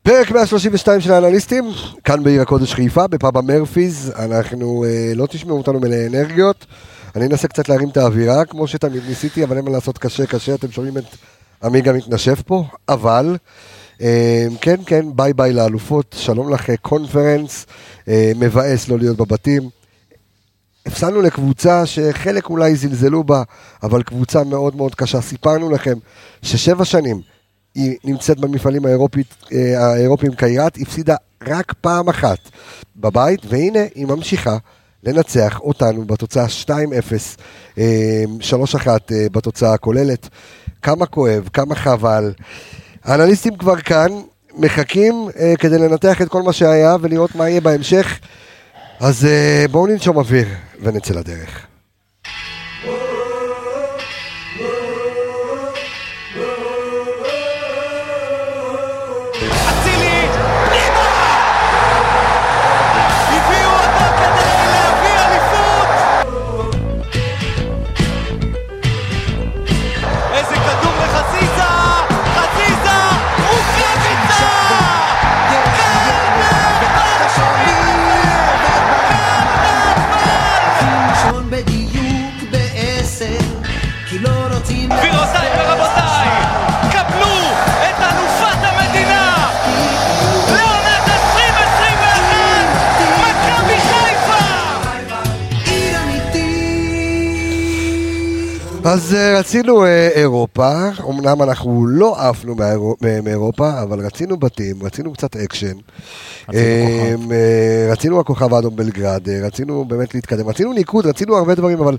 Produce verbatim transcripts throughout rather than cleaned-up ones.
פרק מאה שלושים ושתיים של האנליסטים, כאן בעיר הקודש חיפה, בפאב המרפיז, אנחנו אה, לא תשמעו אותנו מלא אנרגיות, אני אנסה קצת להרים את האווירה, כמו שתמיד ניסיתי, אבל אין מה לעשות קשה קשה, אתם שומעים את עמיגה מתנשף פה, אבל, אה, כן כן, ביי ביי לאלופות, שלום לך קונפרנס, אה, מבאס לא להיות בבתים, הפסענו לקבוצה שחלק אולי זלזלו בה, אבל קבוצה מאוד מאוד קשה, סיפרנו לכם ששבע שנים, היא נמצאת במפעלים האירופיים קיירת, הפסידה רק פעם אחת בבית, והנה היא ממשיכה לנצח אותנו בתוצאה שתיים אפס, שלוש אחת בתוצאה הכוללת. כמה כואב, כמה חבל. האנליסטים כבר כאן, מחכים כדי לנתח את כל מה שהיה ולראות מה יהיה בהמשך. אז בואו ננשום אוויר ונצא לדרך. אז רצינו אירופה, אמנם אנחנו לא עפנו מאירופה, אבל רצינו בתים, רצינו קצת אקשן, רצינו הכוכב האדום בלגרד, רצינו באמת להתקדם, רצינו ניקוד, רצינו הרבה דברים, אבל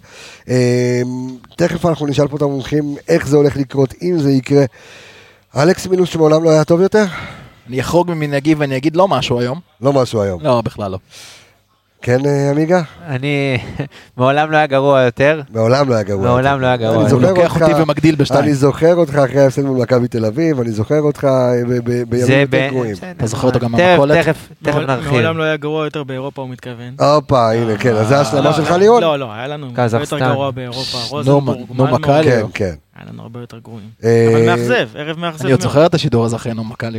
תכף אנחנו נשאל פה את המומחים איך זה הולך לקרות, אם זה יקרה. אלכס מילוש שמעולם לא היה טוב יותר? אני אחרוג ממנהגי ואני אגיד לא משהו היום. לא משהו היום. לא, בכלל לא. כן, עמיגה? אני, מעולם לא היה גרוע יותר. מעולם לא היה גרוע. מעולם לא היה גרוע. הוא לוקח אותי ומגדיל בשתיים. אני זוכר אותך אחרי ההפסד מול מכבי תל אביב, אני זוכר אותך בימים יותר גרועים. אתה זוכר אותו גם במכולת? תכף, תכף נרחיב. מעולם לא היה גרוע יותר באירופה, הוא מתכוון. הופה, הנה, כן, אז זה השלמה שלך לירון? לא, לא, היה לנו הרבה יותר גרוע באירופה. רוזנבורג, נומה קליו. כן, כן. היה לנו הרבה יותר גרועים. אבל מאכזב, ערב מאכזב. אני עוד זוכר את השידור הזה אחרי נומה קליו.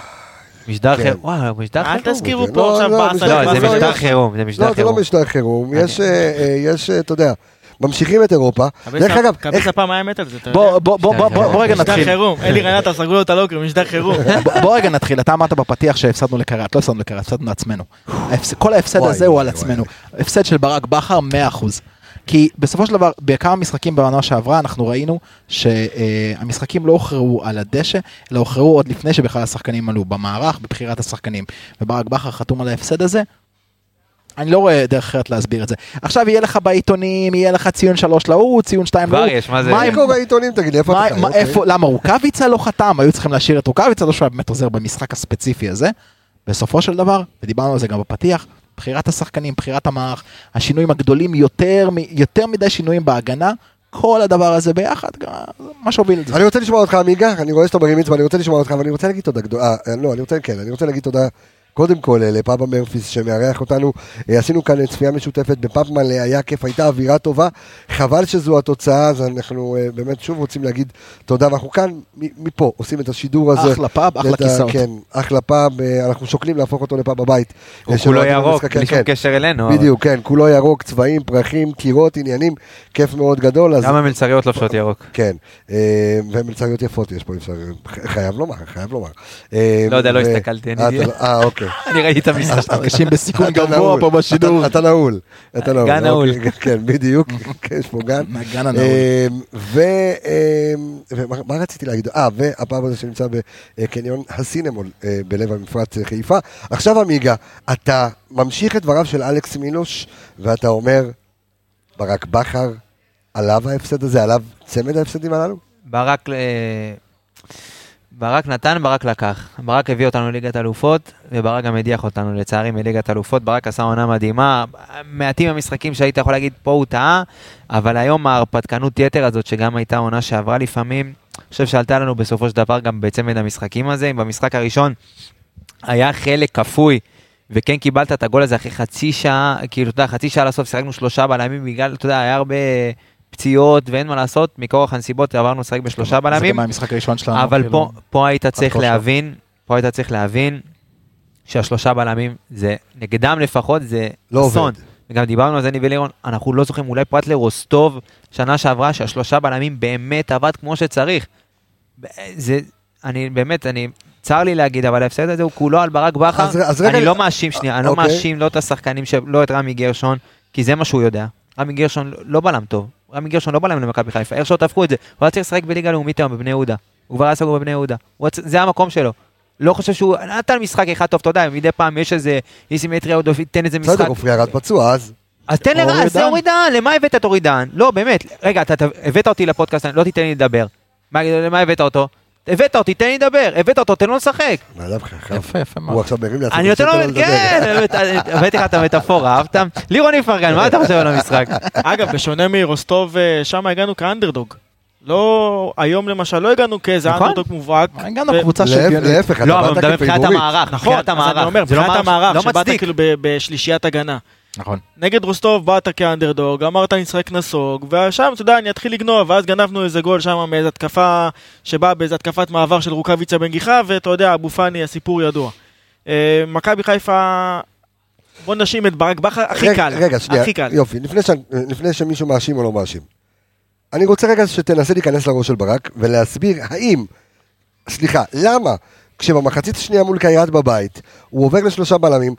משדר חירום, וואו, משדר חירום. אל תזכירו פה עכשיו באסה. לא, זה משדר חירום, זה משדר חירום. לא, זה לא משדר חירום, יש, אתה יודע, ממשיכים את אירופה. דרך אגב, קבס הפעם היה מת על זה, אתה יודע. בוא רגע נתחיל. משדר חירום, אלי רנטה, סגרו לו את הלוקר, משדר חירום. בוא רגע נתחיל, אתה אמרת בפתיח שהפסדנו לקראת, לא הפסדנו לקראת, הפסדנו לעצמנו. כל ההפסד הזה הוא על עצמנו. הפסד של ברק בכר, מאה אחוז. כי בסופו של דבר, בכמה משחקים בעונה שעברה, אנחנו ראינו שהמשחקים לא הוכרעו על הדשא, אלא הוכרעו עוד לפני שבכלל השחקנים עלו במערך, בבחירת השחקנים. וברק בכר חתום על ההפסד הזה. אני לא רואה דרך אחרת להסביר את זה. עכשיו יהיה לך בעיתונים, יהיה לך ציון שלוש להוא, ציון שתיים להוא. כבר יש, מה זה? מה קורה בעיתונים? תגיד, איפה אתה חי? למה רוקאביצה לא חתם? היו צריכים להשאיר את רוקאביצה, לא שהוא היה באמת עוזר במשחק הספציפי הזה. בסופו של דבר, ודיברנו על זה גם בפתיח, בחירת השחקנים, בחירת המערך, השינויים הגדולים יותר, יותר מדי שינויים בהגנה, כל הדבר הזה ביחד, מה שהוביל את זה. אני רוצה לשמוע אותך, עמיגה, אני רואה שאתה מרים אצבע, אני רוצה לשמוע אותך, ואני רוצה להגיד תודה גדולה, לא, אני רוצה, כן, אני רוצה להגיד תודה, קודם כל, לפאב המרפיס שמארח אותנו, עשינו כאן צפייה משותפת בפאב מלא, היה כיף, הייתה אווירה טובה, חבל שזו התוצאה, אז אנחנו באמת שוב רוצים להגיד תודה, ואנחנו כאן, מפה, עושים את השידור הזה. אחלה פאב, אחלה כיסאות. כן, אחלה פאב, אנחנו שוקלים להפוך אותו לפאב בבית. הוא כולו ירוק, בלי שום קשר אלינו. בדיוק, כן, כולו ירוק, צבעים, פרחים, קירות, עניינים, כיף מאוד גדול. גם המלצריות לובשות ירוק. כן, ומלצריות יפות יש פה, חייב לומר, חייב לומר. לא יודע, לא הסתכלתי, אני יודע. אה, אוקיי. אני ראיתי את המשחק. אנשים בסיכון גבוה פה בשידור. אתה נעול. גן נעול. כן, בדיוק. יש פה גן. גן הנעול. ומה רציתי להגיד? אה, והפעם הזה שנמצא בקניון הסינמול בלב המפרץ חיפה. עכשיו עמיגה, אתה ממשיך את דבריו של אלכס מילוש, ואתה אומר, ברק בכר, עליו ההפסד הזה, עליו צמד ההפסדים הללו? ברק... ברק נתן, ברק לקח. ברק הביא אותנו לליגת אלופות, וברק גם הדיח אותנו לצערי מליגת אלופות. ברק עשה עונה מדהימה, מעטים המשחקים שהיית יכול להגיד פה הוא טעה, אבל היום ההרפתקנות יתר הזאת, שגם הייתה עונה שעברה לפעמים, אני חושב שעלתה לנו בסופו של דבר גם בצמד המשחקים הזה. במשחק הראשון היה חלק כפוי, וכן קיבלת את הגול הזה אחרי חצי שעה, כאילו אתה יודע, חצי שעה לסוף, שיחקנו שלושה בלמים, בגלל, אתה יודע, היה הרבה... פציעות ואין מה לעשות, מכורח הנסיבות עברנו לשחק בשלושה בלמים, זה גם המשחק הראשון שלנו. אבל פה, פה היית צריך להבין פה היית צריך להבין שהשלושה בלמים, זה נגדם לפחות, זה לא אסון. עובד. וגם דיברנו על זה אני ולירון, אנחנו לא זוכרים, אולי פרט לרוסטוב, שנה שעברה, שהשלושה בלמים באמת עבד כמו שצריך. זה, אני באמת, אני, צר לי להגיד, אבל ההפסד הזה הוא כולו על ברק בכר. אז, אז רגע, אני לא מאשים, שנייה, אני לא אוקיי. מאשים לא את השחקנים, לא את רמי גרשון, כי זה מה שהוא יודע. רמי גרשון לא בלם טוב. רמי גרשון לא בלם למכבי חיפה. איך שעוד תהפכו את זה? הוא היה צריך לשחק בליגה לאומית היום בבני יהודה. הוא כבר היה סגור בבני יהודה. זה המקום שלו. לא חושב שהוא נתן משחק אחד טוב, אתה יודע, מדי פעם יש איזה איסימטריה, עוד תן איזה משחק. בסדר, אופרי ירד פצוע, אז... אז תן לרע, זה אורי דהן, למה הבאת את אורי דהן? לא, באמת, רגע, אתה הבאת אותי לפודקאסט, לא תיתן לי לדבר. למה הבאת אותו? הבאת אותי, תן לי לדבר, הבאת אותו, תן לו לשחק. יפה, יפה. הוא עכשיו מרים לעצמו. אני יותר לא מבין, כן, הבאתי לך את המטאפורה, אהבת? לירון יפרגן, מה אתה חושב על המשחק? אגב, בשונה מרוסטוב, שם הגענו כאנדרדוג. לא, היום למשל לא הגענו כאיזה אנדרדוג מובהק. הגענו קבוצה שוויונית. להפך, לא, אבל מדבר מבחינת המערך. נכון, אז אני אומר, מבחינת המערך, שבאת כאילו בשלישיית הגנה. נכון. נגד רוסטוב באת כאנדרדוג, אמרת נשחק נסוג, ושם, אתה יודע, אני אתחיל לגנוב, ואז גנבנו איזה גול שם מאיזו התקפה, שבאה באיזו התקפת מעבר של רוקאביצה בן גיחה, ואתה יודע, אבו פאני, הסיפור ידוע. מכבי חיפה, בוא נשים את ברק בכר, הכי קל. רגע, שנייה, יופי, לפני שמישהו מאשים או לא מאשים. אני רוצה רגע שתנסה להיכנס לראש של ברק, ולהסביר האם, סליחה, למה, כשבמחצית השנייה מול קיירת בבית, הוא עובר לשלושה בלמים,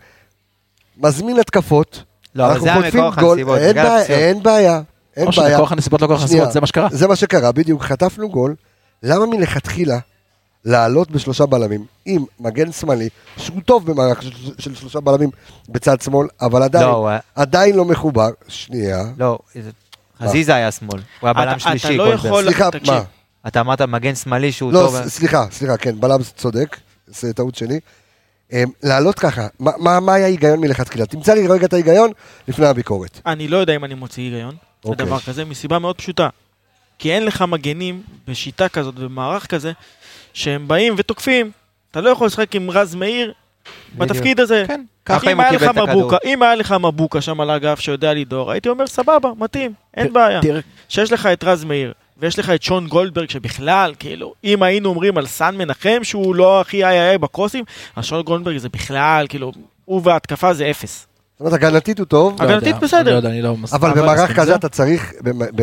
מזמין התקפות, לא, אבל זה המקור הנסיבות. אין בעיה, אין בעיה. או שמקור הנסיבות לא כוח הנסיבות, זה מה שקרה. זה מה שקרה, בדיוק, חטפנו גול, למה מלכתחילה לעלות בשלושה בלמים, עם מגן שמאלי, שהוא טוב במערך של שלושה בלמים בצד שמאל, אבל עדיין לא מחובר, שנייה. לא, חזיזה היה שמאל, הוא היה בלם שלישי. אתה לא יכול, סליחה, תקשיב. מה? אתה אמרת מגן שמאלי שהוא לא, טוב. סליחה, סליחה, כן, בלם צודק, זה טעות שלי. לעלות ככה, מה היה היגיון מלכתחילה? תמצא לי רגע את ההיגיון לפני הביקורת. אני לא יודע אם אני מוציא היגיון, זה דבר כזה, מסיבה מאוד פשוטה. כי אין לך מגנים בשיטה כזאת ובמערך כזה, שהם באים ותוקפים. אתה לא יכול לשחק עם רז מאיר בתפקיד הזה. כן. אם היה לך מבוקה, אם היה לך מבוקה שם על האגף שיודע לדור, הייתי אומר סבבה, מתאים, אין בעיה. שיש לך את רז מאיר, ויש לך את שון גולדברג שבכלל, כאילו, אם היינו אומרים על סן מנחם שהוא לא הכי איי איי בקרוסים, אז שון גולדברג זה בכלל, כאילו, הוא וההתקפה זה אפס. זאת אומרת, הגנתית הוא טוב. הגנתית בסדר. אבל במערך כזה אתה צריך,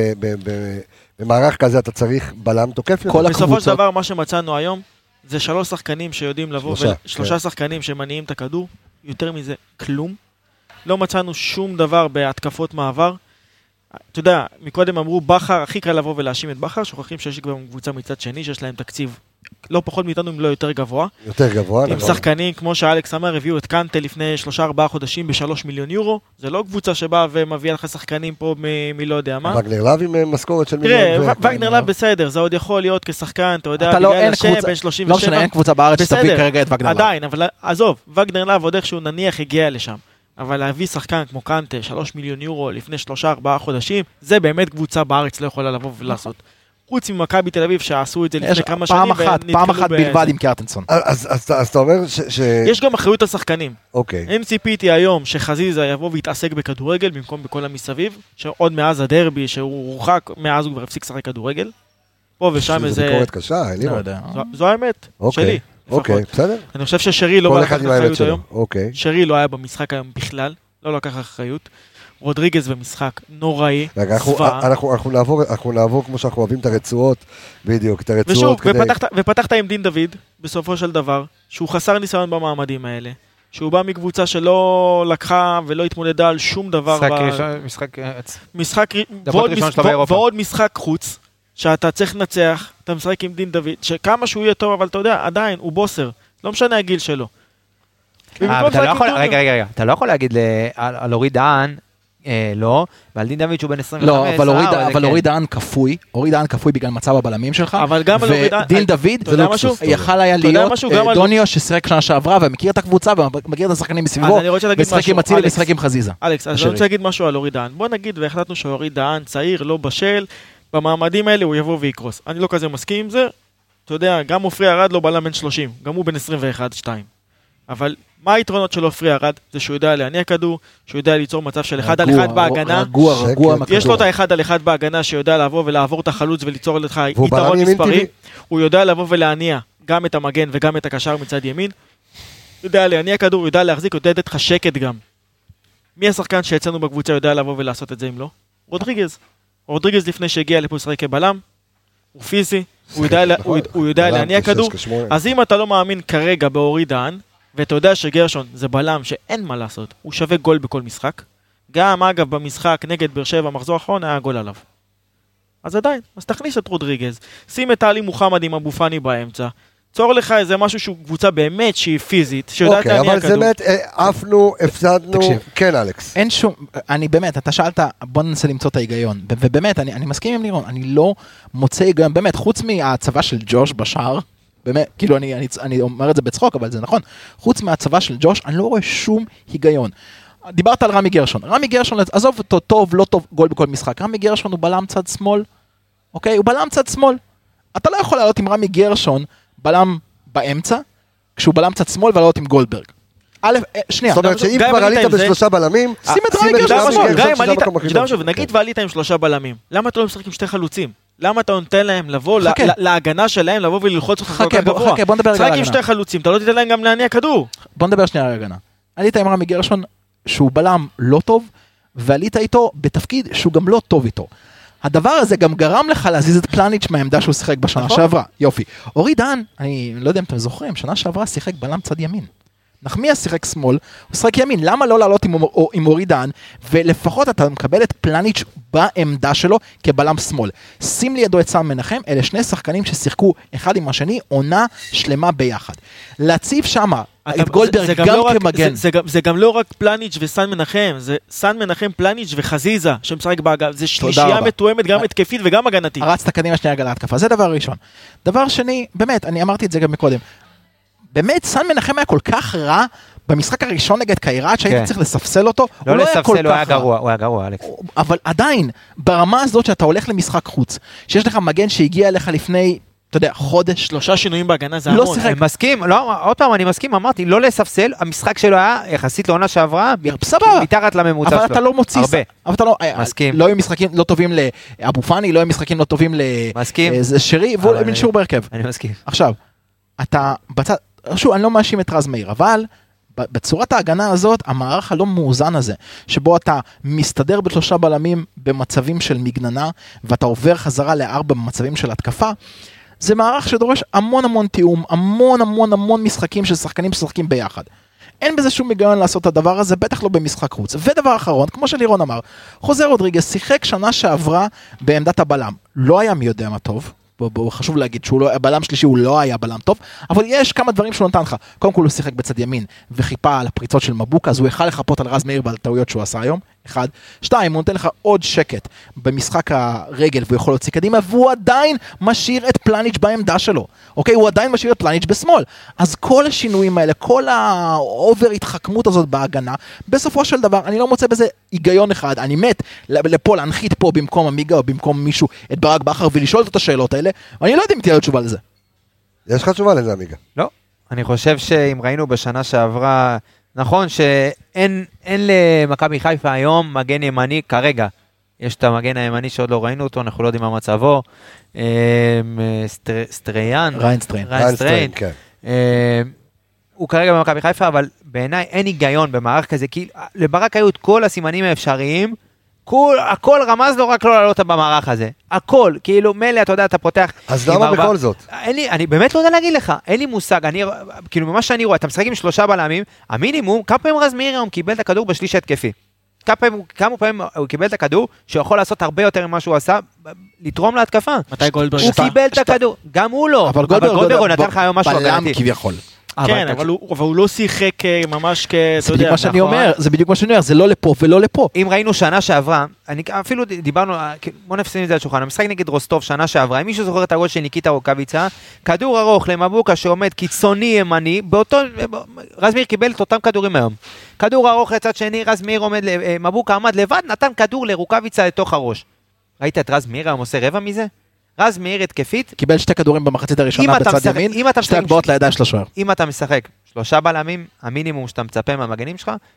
במערך כזה אתה צריך בלם תוקף יותר. בסופו של דבר, מה שמצאנו היום, זה שלוש שחקנים שיודעים לבוא, שלושה שחקנים שמניעים את הכדור, יותר מזה כלום. לא מצאנו שום דבר בהתקפות מעבר. אתה יודע, מקודם אמרו בכר, הכי קל לבוא ולהאשים את בכר, שוכחים שיש גם קבוצה מצד שני, שיש להם תקציב לא פחות מאיתנו, אם לא יותר גבוה. יותר גבוה. עם שחקנים, כמו שאלכס אמר, הביאו את קנטה לפני שלושה ארבעה חודשים בשלוש מיליון יורו. זה לא קבוצה שבאה ומביאה לך שחקנים פה מ- מלא יודע מה. וגנר לב עם משכורת של מיליון. תראה, וגנר לב בסדר, זה עוד יכול להיות כשחקן, אתה יודע, בגלל השם, בין שלושים ושבע. לא משנה, אין קבוצה בארץ שתביא כרגע את וגנר לב. עדיין, אבל עזוב, וגנר לב עוד איכשהו נניח הגיע לשם. אבל להביא שחקן כמו קנטה, שלוש מיליון יורו לפני שלושה ארבעה חודשים, זה באמת קבוצה בארץ לא יכולה לבוא ולעשות. חוץ ממכבי תל אביב שעשו את זה לפני כמה שנים. פעם אחת, פעם אחת בלבד עם קרטנסון. אז אתה אומר ש... יש גם אחריות על שחקנים. אוקיי. אם ציפיתי היום שחזיזה יבוא ויתעסק בכדורגל, במקום בכל המסביב, שעוד מאז הדרבי, שהוא רוחק, מאז הוא כבר הפסיק לשחק כדורגל. פה ושם איזה... זה ביקורת קשה, אני לא יודע. זו האמת, שלי. אוקיי, בסדר. אני חושב ששרי לא לקח אחריות היום. שרי לא היה במשחק היום בכלל, לא לקח אחריות. רודריגז במשחק נוראי, זוועה. אנחנו נעבור, אנחנו נעבור כמו שאנחנו אוהבים את הרצועות, בדיוק, את הרצועות. ושוב, ופתחת עם דין דוד, בסופו של דבר, שהוא חסר ניסיון במעמדים האלה, שהוא בא מקבוצה שלא לקחה ולא התמודדה על שום דבר. משחק... משחק... ועוד משחק חוץ, שאתה צריך לנצח, אתה משחק עם דין דוד, שכמה שהוא יהיה טוב, אבל אתה יודע, עדיין, הוא בוסר, לא משנה הגיל שלו. רגע, רגע, רגע, אתה לא יכול להגיד על אורי דהן, לא, ועל דין דוד שהוא בן עשרים וחמש. לא, אבל אורי דהן כפוי, אורי דהן כפוי בגלל מצב הבלמים שלך, אבל גם על אורי דהן, ודין דוד, יכל היה להיות דוניו ששיחק שנה שעברה, ומכיר את הקבוצה, ומכיר את השחקנים מסביבו, ושחק עם אצילי ושחק עם חזיזה. אלכס, אז אני רוצה להגיד משהו על אורי דהן. בוא נגיד, והחלטנו שאורי דהן צעיר, לא בשל, במעמדים האלה הוא יבוא ויקרוס. אני לא כזה מסכים עם זה. אתה יודע, גם עופרי ארד לא בלם בן שלושים, גם הוא בן עשרים ואחת שתיים. אבל מה היתרונות של עופרי ארד? זה שהוא יודע להניע כדור, שהוא יודע ליצור מצב של אחד על אחד בהגנה. רגוע, רגוע. יש לו את האחד על אחד בהגנה שיודע לעבור ולעבור את החלוץ וליצור לך יתרון מספרי. הוא יודע לבוא ולהניע גם את המגן וגם את הקשר מצד ימין, יודע להניע כדור, יודע להחזיק, יודע לתת לך שקט גם. מי השחקן שאצלנו בקבוצה יודע לבוא ולעשות את זה אם לא? רודריגז. רודריגז לפני שהגיע לפה לשחק כבלם, הוא פיזי, הוא יודע, הוא, הוא יודע להניע כדור. אז אם אתה לא מאמין כרגע באורי דהן, ואתה יודע שגרשון זה בלם שאין מה לעשות, הוא שווה גול בכל משחק. גם אגב במשחק נגד באר שבע המחזור האחרון היה גול עליו. אז עדיין, אז תכניס את רודריגז, שים את עלי מוחמד עם אבו פאני באמצע, צור לך איזה משהו שהוא קבוצה באמת שהיא פיזית, שיודעת להניע כדור. אוקיי, אבל זה באמת, עפנו, הפסדנו, כן אלכס. אין שום, אני באמת, אתה שאלת, בוא ננסה למצוא את ההיגיון, ובאמת, אני, אני מסכים עם לירון, אני לא מוצא היגיון, באמת, חוץ מהצבא של ג'וש בשער, באמת, כאילו אני, אני, אני אומר את זה בצחוק, אבל זה נכון, חוץ מהצבא של ג'וש, אני לא רואה שום היגיון. דיברת על רמי גרשון, רמי גרשון, עזוב אותו טוב, לא טוב, גול בכל משחק, רמי גרשון הוא בלם צד שמאל, אוקיי? הוא בלם צד שמאל. אתה לא יכול לעלות עם רמי גרשון, בלם באמצע, כשהוא בלם צד שמאל, ולעלות עם גולדברג. א', שנייה. זאת אומרת שאם כבר עלית בשלושה בלמים, שים את רמי גרשון. ונגיד ועלית עם שלושה בלמים, למה אתה לא משחק עם שתי חלוצים? למה אתה נותן להם לבוא להגנה שלהם, לבוא וללחוץ אותך כל כך גבוה? שחק עם שתי חלוצים, אתה לא תיתן להם גם להניע כדור. בוא נדבר שנייה על ההגנה. עלית עם רמי גרשון, שהוא בלם לא טוב, ועלית איתו בתפקיד שהוא גם לא טוב איתו. הדבר הזה גם גרם לך להזיז את פלניץ' מהעמדה שהוא שיחק בשנה שעברה. יופי. אורי דהן, אני לא יודע אם אתם זוכרים, שנה שעברה שיחק בלם צד ימין. נחמיה שיחק שמאל, הוא שיחק ימין. למה לא לעלות עם, עם אורי דהן, ולפחות אתה מקבל את פלניץ' בעמדה שלו כבלם שמאל. שים לידו את סן מנחם, אלה שני שחקנים ששיחקו אחד עם השני, עונה שלמה ביחד. להציב שמה את גולדברג גם כמגן. זה גם לא רק פלניץ' וסן מנחם, זה סן מנחם, פלניץ' וחזיזה שמשחק באגף. זה שלישייה מתואמת גם התקפית וגם הגנתית. הרצת קדימה שנייה הגנה התקפה, זה דבר ראשון. דבר שני, באמת, אני אמרתי את זה גם מקודם. באמת, סן מנחם היה כל כך רע במשחק הראשון נגד קיירת, שהייתי צריך לספסל אותו. לא לספסל, הוא היה גרוע, הוא היה גרוע, אלכס. אבל עדיין, ברמה הזאת שאתה הולך למשחק חוץ, שיש לך מגן שהגיע אליך לפני, אתה יודע, חודש. שלושה שינויים בהגנה זה המון. אני מסכים, לא, עוד פעם אני מסכים, אמרתי, לא לספסל, המשחק שלו היה יחסית לעונה שעברה, מתחת לממוצע שלו. אבל אתה לא מוציא, אבל אתה לא, מסכים. לא היו משחקים לא טובים לאבו פאני, לא היו משחקים לא טובים לשרי, והוא מנשור בהרכב. אני מסכים. עכשיו, אתה בצד, שוב, אני לא מאשים את רז מאיר, אבל בצורת ההגנה הזאת, המערך הלא מאוזן הזה, שבו אתה מסתדר בשלושה בלמים במצבים של מגננה, ואתה עובר חזרה לארבע במצבים של התקפה, זה מערך שדורש המון המון תיאום, המון המון המון משחקים של שחקנים ששחקים ביחד. אין בזה שום היגיון לעשות את הדבר הזה, בטח לא במשחק חוץ. ודבר אחרון, כמו שלירון אמר, חוזה רודריגז שיחק שנה שעברה בעמדת הבלם. לא היה מי יודע מה טוב, חשוב להגיד שהוא לא, הבלם שלישי הוא לא היה בלם טוב, אבל יש כמה דברים שהוא נתן לך. קודם כל הוא שיחק בצד ימין וחיפה על הפריצות של מבוקה, אז הוא יכל לחפות על רז מאיר ועל טעויות שהוא עשה היום. אחד. שתיים, הוא נותן לך עוד שקט במשחק הרגל והוא יכול להוציא קדימה, והוא עדיין משאיר את פלניץ' בעמדה שלו. אוקיי? הוא עדיין משאיר את פלניץ' בשמאל. אז כל השינויים האלה, כל האובר התחכמות הזאת בהגנה, בסופו של דבר, אני לא מוצא בזה היגיון אחד. אני מת לפה, להנחית פה במקום עמיגה או במקום מישהו את ברק בכר ולשאול את השאלות האלה, ואני לא יודע אם תהיה לו תשובה לזה. יש לך תשובה לזה, עמיגה? לא. אני חושב שאם ראינו בשנה שעברה, נכון שאין אין למכבי חיפה היום מגן ימני כרגע. יש את המגן הימני שעוד לא ראינו אותו, אנחנו לא יודעים מה מצבו. סטריאן. ריין סטריין. ריין סטריין, כן. הוא כרגע במכבי חיפה, אבל בעיניי אין היגיון במערך כזה, כי לברק היו את כל הסימנים האפשריים, כל, הכל רמז לו רק לא לעלות במערך הזה. הכל, כאילו מלא, אתה יודע, אתה פותח... אז למה בכל ארבע... זאת? אין לי, אני באמת לא יודע להגיד לך, אין לי מושג, אני, כאילו ממה שאני רואה, אתה משחק עם שלושה בלמים, המינימום, כמה פעמים רז מאיר היום קיבל את הכדור בשליש התקפי? כמה פעמים, כמה פעמים הוא קיבל את הכדור, שהוא יכול לעשות הרבה יותר ממה שהוא עשה, לתרום להתקפה. מתי גולדברג? הוא קיבל את הכדור, גם הוא לא. אבל גולדברג הוא נתן לך היום משהו בלם כביכול. כן, אבל הוא לא שיחק ממש כ... זה בדיוק מה שאני אומר, זה בדיוק מה שאני אומר, זה לא לפה ולא לפה. אם ראינו שנה שעברה, אפילו דיברנו, בוא נפסים את זה על שולחן, המשחק נגד רוסטוב שנה שעברה, אם מישהו זוכר את הגול של ניקיטה רוקאביצה, כדור ארוך למבוקה שעומד קיצוני ימני, באותו, רז מאיר קיבל את אותם כדורים היום. כדור ארוך לצד שני, רז מאיר עומד, מבוקה עמד לבד, נתן כדור לרוקאביצה לתוך הראש. ראית את רז מאיר היום עושה רבע מזה? רז מאיר התקפית. קיבל שתי כדורים במחצית הראשונה בצד משחק, ימין, שתי הגבעות לידיים של השוער. אם אתה משחק שלושה בלמים, המינימום שאתה מצפה מהמגנים שלך,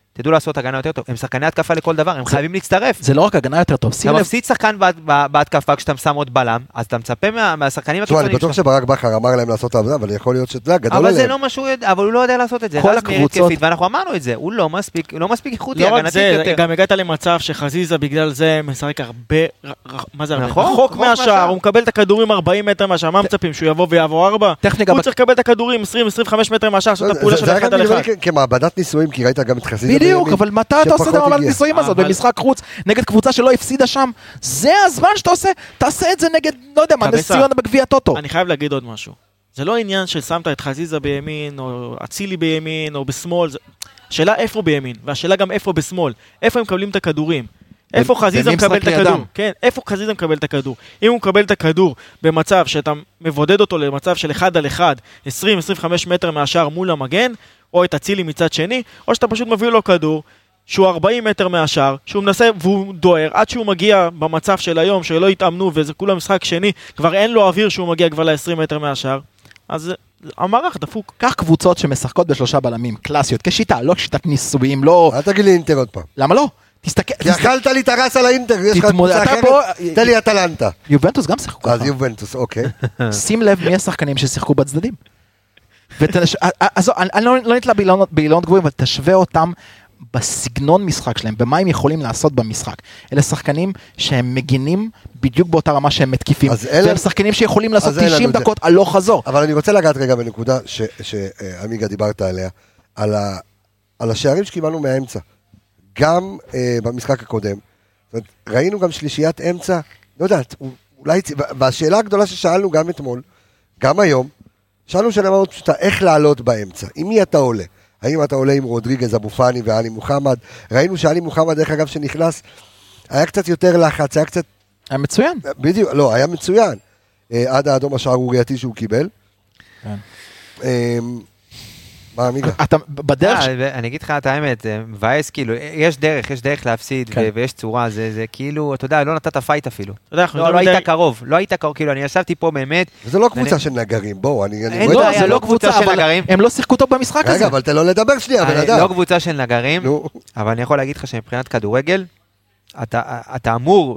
תדעו לעשות הגנה יותר טוב, הם שחקני התקפה לכל דבר, הם חייבים להצטרף. זה לא רק הגנה יותר טוב, שים אתה לב. מפסיד שחקן בהתקפה כשאתה שם עוד בלם, אז אתה מצפה מהשחקנים תשמע, אני בטוח שברק בכר אמר להם לעשות את העבודה, אבל יכול להיות שזה גדול עליהם. אבל זה לא מה שהוא יודע, אבל הוא לא יודע לעשות את זה. כל הקבוצות... ואנחנו אמרנו את זה, הוא לא מספיק, לא מספיק איכותי, לא רק זה, גם הגעת למצב שחזיזה בגלל זה משחק הרבה, מה זה הרבה? רחוק מהשער, הוא מקבל את הכדורים ארבעים מטר מהשער, מה מצפים, שהוא יבוא ויעבור ארבע? הוא צריך לקבל את הכדורים עשרים עד עשרים וחמש מטר מהשער, לעשות את הפעולה של אחד על אחד. כמעבדת ניסויים, כי ראית גם את חזיזה בדיוק, אבל מתי אתה עושה את המעבדת ניסויים הזאת במשחק חוץ נגד קבוצה שלא הפסידה שם? זה הזמן שאתה עושה, תעשה את זה נגד, לא יודע מה, נס ציונה בגביע הטוטו. אני חייב להגיד עוד משהו. זה לא עניין ששמת את חזיזה בימין, או אצילי בימין, או בשמאל. השאלה איפה בימין, והשאלה גם איפה בשמאל. איפה הם מקבלים את הכדורים? איפה חזיזה מקבל את הכדור? כן, איפה חזיזה מקבל את הכדור? אם הוא מקבל את הכדור במצב שאתה מבודד אותו למצב של אחד על אחד, עשרים עד עשרים וחמש מטר מהשער מול המגן, או את אצילי מצד שני, או שאתה פשוט מביא לו כדור, שהוא ארבעים מטר מהשער, שהוא מנסה והוא דוהר, עד שהוא מגיע במצב של היום, שלא יתאמנו, וזה כולה משחק שני, כבר אין לו אוויר שהוא מגיע כבר ל-עשרים מטר מהשער. אז המערך דפוק. כך קבוצות שמשחקות בשלושה בלמים, קלאסיות, כשיטה, לא כשיטת ניסויים, לא... אל תגיד לי אינטר עוד פעם. למה לא? תסתכל... כי אכלת לי את הרס על האינטר, יש לך קבוצה אחרת, תן לי אטלנטה. יובנטוס גם שיחקו ככה. אז יובנטוס, אוקיי. שים לב מי השחקנים ששיחקו בצדדים. אז אני לא נתלה באילונות גבוהים, אבל תשווה אותם בסגנון משחק שלהם, במה הם יכולים לעשות במשחק. אלה שחקנים שהם מגינים בדיוק באותה רמה שהם מתקיפים, והם שחקנים שיכולים לעשות תשעים דקות על לא חזור. אבל אני רוצה לגעת רגע בנקודה שעמיגה דיברת עליה, על השערים שקיבלנו מהאמצע. גם במשחק הקודם, ראינו גם שלישיית אמצע, לא יודעת, אולי, והשאלה הגדולה ששאלנו גם אתמול, גם היום, שאלנו שאלה מאוד פשוטה, איך לעלות באמצע? עם מי אתה עולה? האם אתה עולה עם רודריגז, אבו פאני ואלי מוחמד? ראינו שאלי מוחמד, דרך אגב, שנכנס, היה קצת יותר לחץ, היה קצת... היה מצוין. בדיוק, לא, היה מצוין. עד האדום השערורייתי שהוא קיבל. כן. מה, עמיגה? אתה בדרך... אני אגיד לך את האמת, מבאס כאילו, יש דרך, יש דרך להפסיד, ויש צורה, זה כאילו, אתה יודע, לא נתת פייט אפילו. לא היית קרוב, לא היית קרוב, כאילו, אני ישבתי פה באמת... וזה לא קבוצה של נגרים, בואו, אני... לא, זה לא קבוצה של נגרים. הם לא שיחקו טוב במשחק הזה. רגע, אבל אתה לא לדבר שנייה, בן אדם. לא קבוצה של נגרים, אבל אני יכול להגיד לך שמבחינת כדורגל, אתה אמור,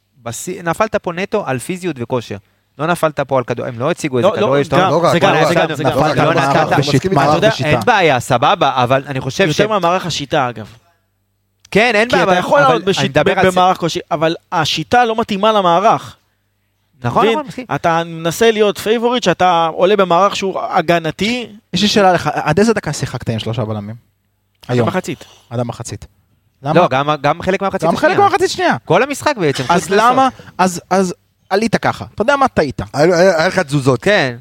ונפלת פה נטו על פיזיות וכושר. לא נפלת פה על כדור, הם לא הציגו איזה כדור, זה גם, זה גם, זה גם. נפלת על מערך ושיטה. אין בעיה, סבבה, אבל אני חושב ש... יותר מהמערך השיטה, אגב. כן, אין בעיה, כי אתה יכול לעוד במערך קושי, אבל השיטה לא מתאימה למערך. נכון, נכון, מסכים. אתה מנסה להיות פייבוריט, שאתה עולה במערך שהוא הגנתי. יש לי שאלה לך, עד איזה דקה שיחקת עם שלושה בלמים? היום. מחצית. עד המחצית. לא, גם חלק מהמחצית השנייה. גם חלק מהמחצית שנייה. כל המשחק בעצם. אז למה, אז... עלית ככה, אתה יודע מה? טעית. היה לך תזוזות. כן.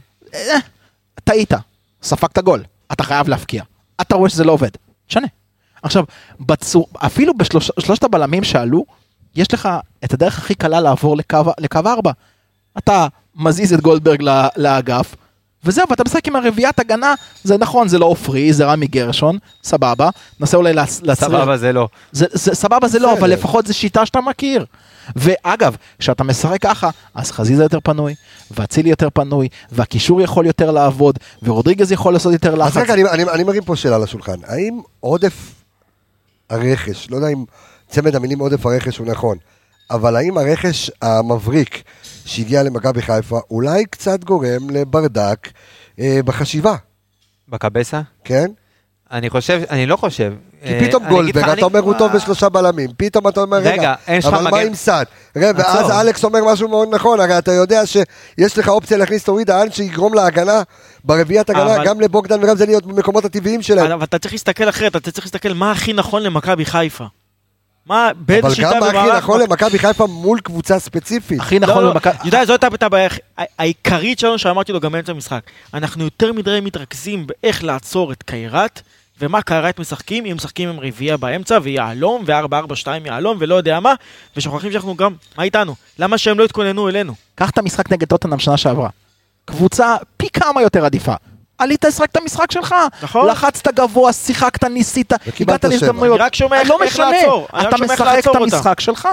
טעית, ספקת גול, אתה חייב להפקיע. אתה רואה שזה לא עובד, שנה. עכשיו, אפילו בשלושת הבלמים שעלו, יש לך את הדרך הכי קלה לעבור לקו ארבע. אתה מזיז את גולדברג לאגף, וזהו, ואתה משחק עם הרביעת הגנה, זה נכון, זה לא אופרי, זה רמי גרשון, סבבה, נסה אולי להצריך. סבבה זה לא. סבבה זה לא, אבל לפחות זה שיטה שאתה מכיר. ואגב, כשאתה משחק ככה, אז חזיזה יותר פנוי, והצילי יותר פנוי, והקישור יכול יותר לעבוד, ורודריגז יכול לעשות יותר לחץ. אז רגע, אני, אני, אני מרים פה שאלה לשולחן. האם עודף הרכש, לא יודע אם צמד המילים עודף הרכש הוא נכון, אבל האם הרכש המבריק שהגיע למכבי חיפה, אולי קצת גורם לברדק אה, בחשיבה? בקבסה? כן. אני חושב, אני לא חושב. כי פתאום גולדברג, אתה אומר הוא טוב בשלושה בלמים, פתאום אתה אומר, רגע, אבל מה עם סד? ואז אלכס אומר משהו מאוד נכון, הרי אתה יודע שיש לך אופציה להכניס את אוריד הען שיגרום להגנה, ברביעת הגנה, גם לבוגדן וגם זה להיות במקומות הטבעיים שלהם. אבל אתה צריך להסתכל אחרת, אתה צריך להסתכל מה הכי נכון למכבי חיפה. מה, אבל גם מה הכי נכון למכבי חיפה מול קבוצה ספציפית. הכי נכון למכבי... יודע, זאת הייתה הבעיה העיקרית שלנו שאמרתי לו גם באמצע המשחק. אנחנו יותר מדי מתרכזים באיך לעצור את קיירת, ומה קיירת משחקים, אם משחקים עם רביעייה באמצע, ויעלום, ו-ארבע ארבע שתיים יעלום, ולא יודע מה, ושוכחים שאנחנו גם, מה איתנו? למה שהם לא התכוננו אלינו? קח את המשחק נגד טוטנהאם שנה שעברה. קבוצה פי כמה יותר עדיפה. עלית, השחקת את המשחק שלך, לחצת גבוה, שיחקת, ניסית, הגעת להזדמנויות. אני רק שומע איך לעצור. אתה משחק את המשחק שלך.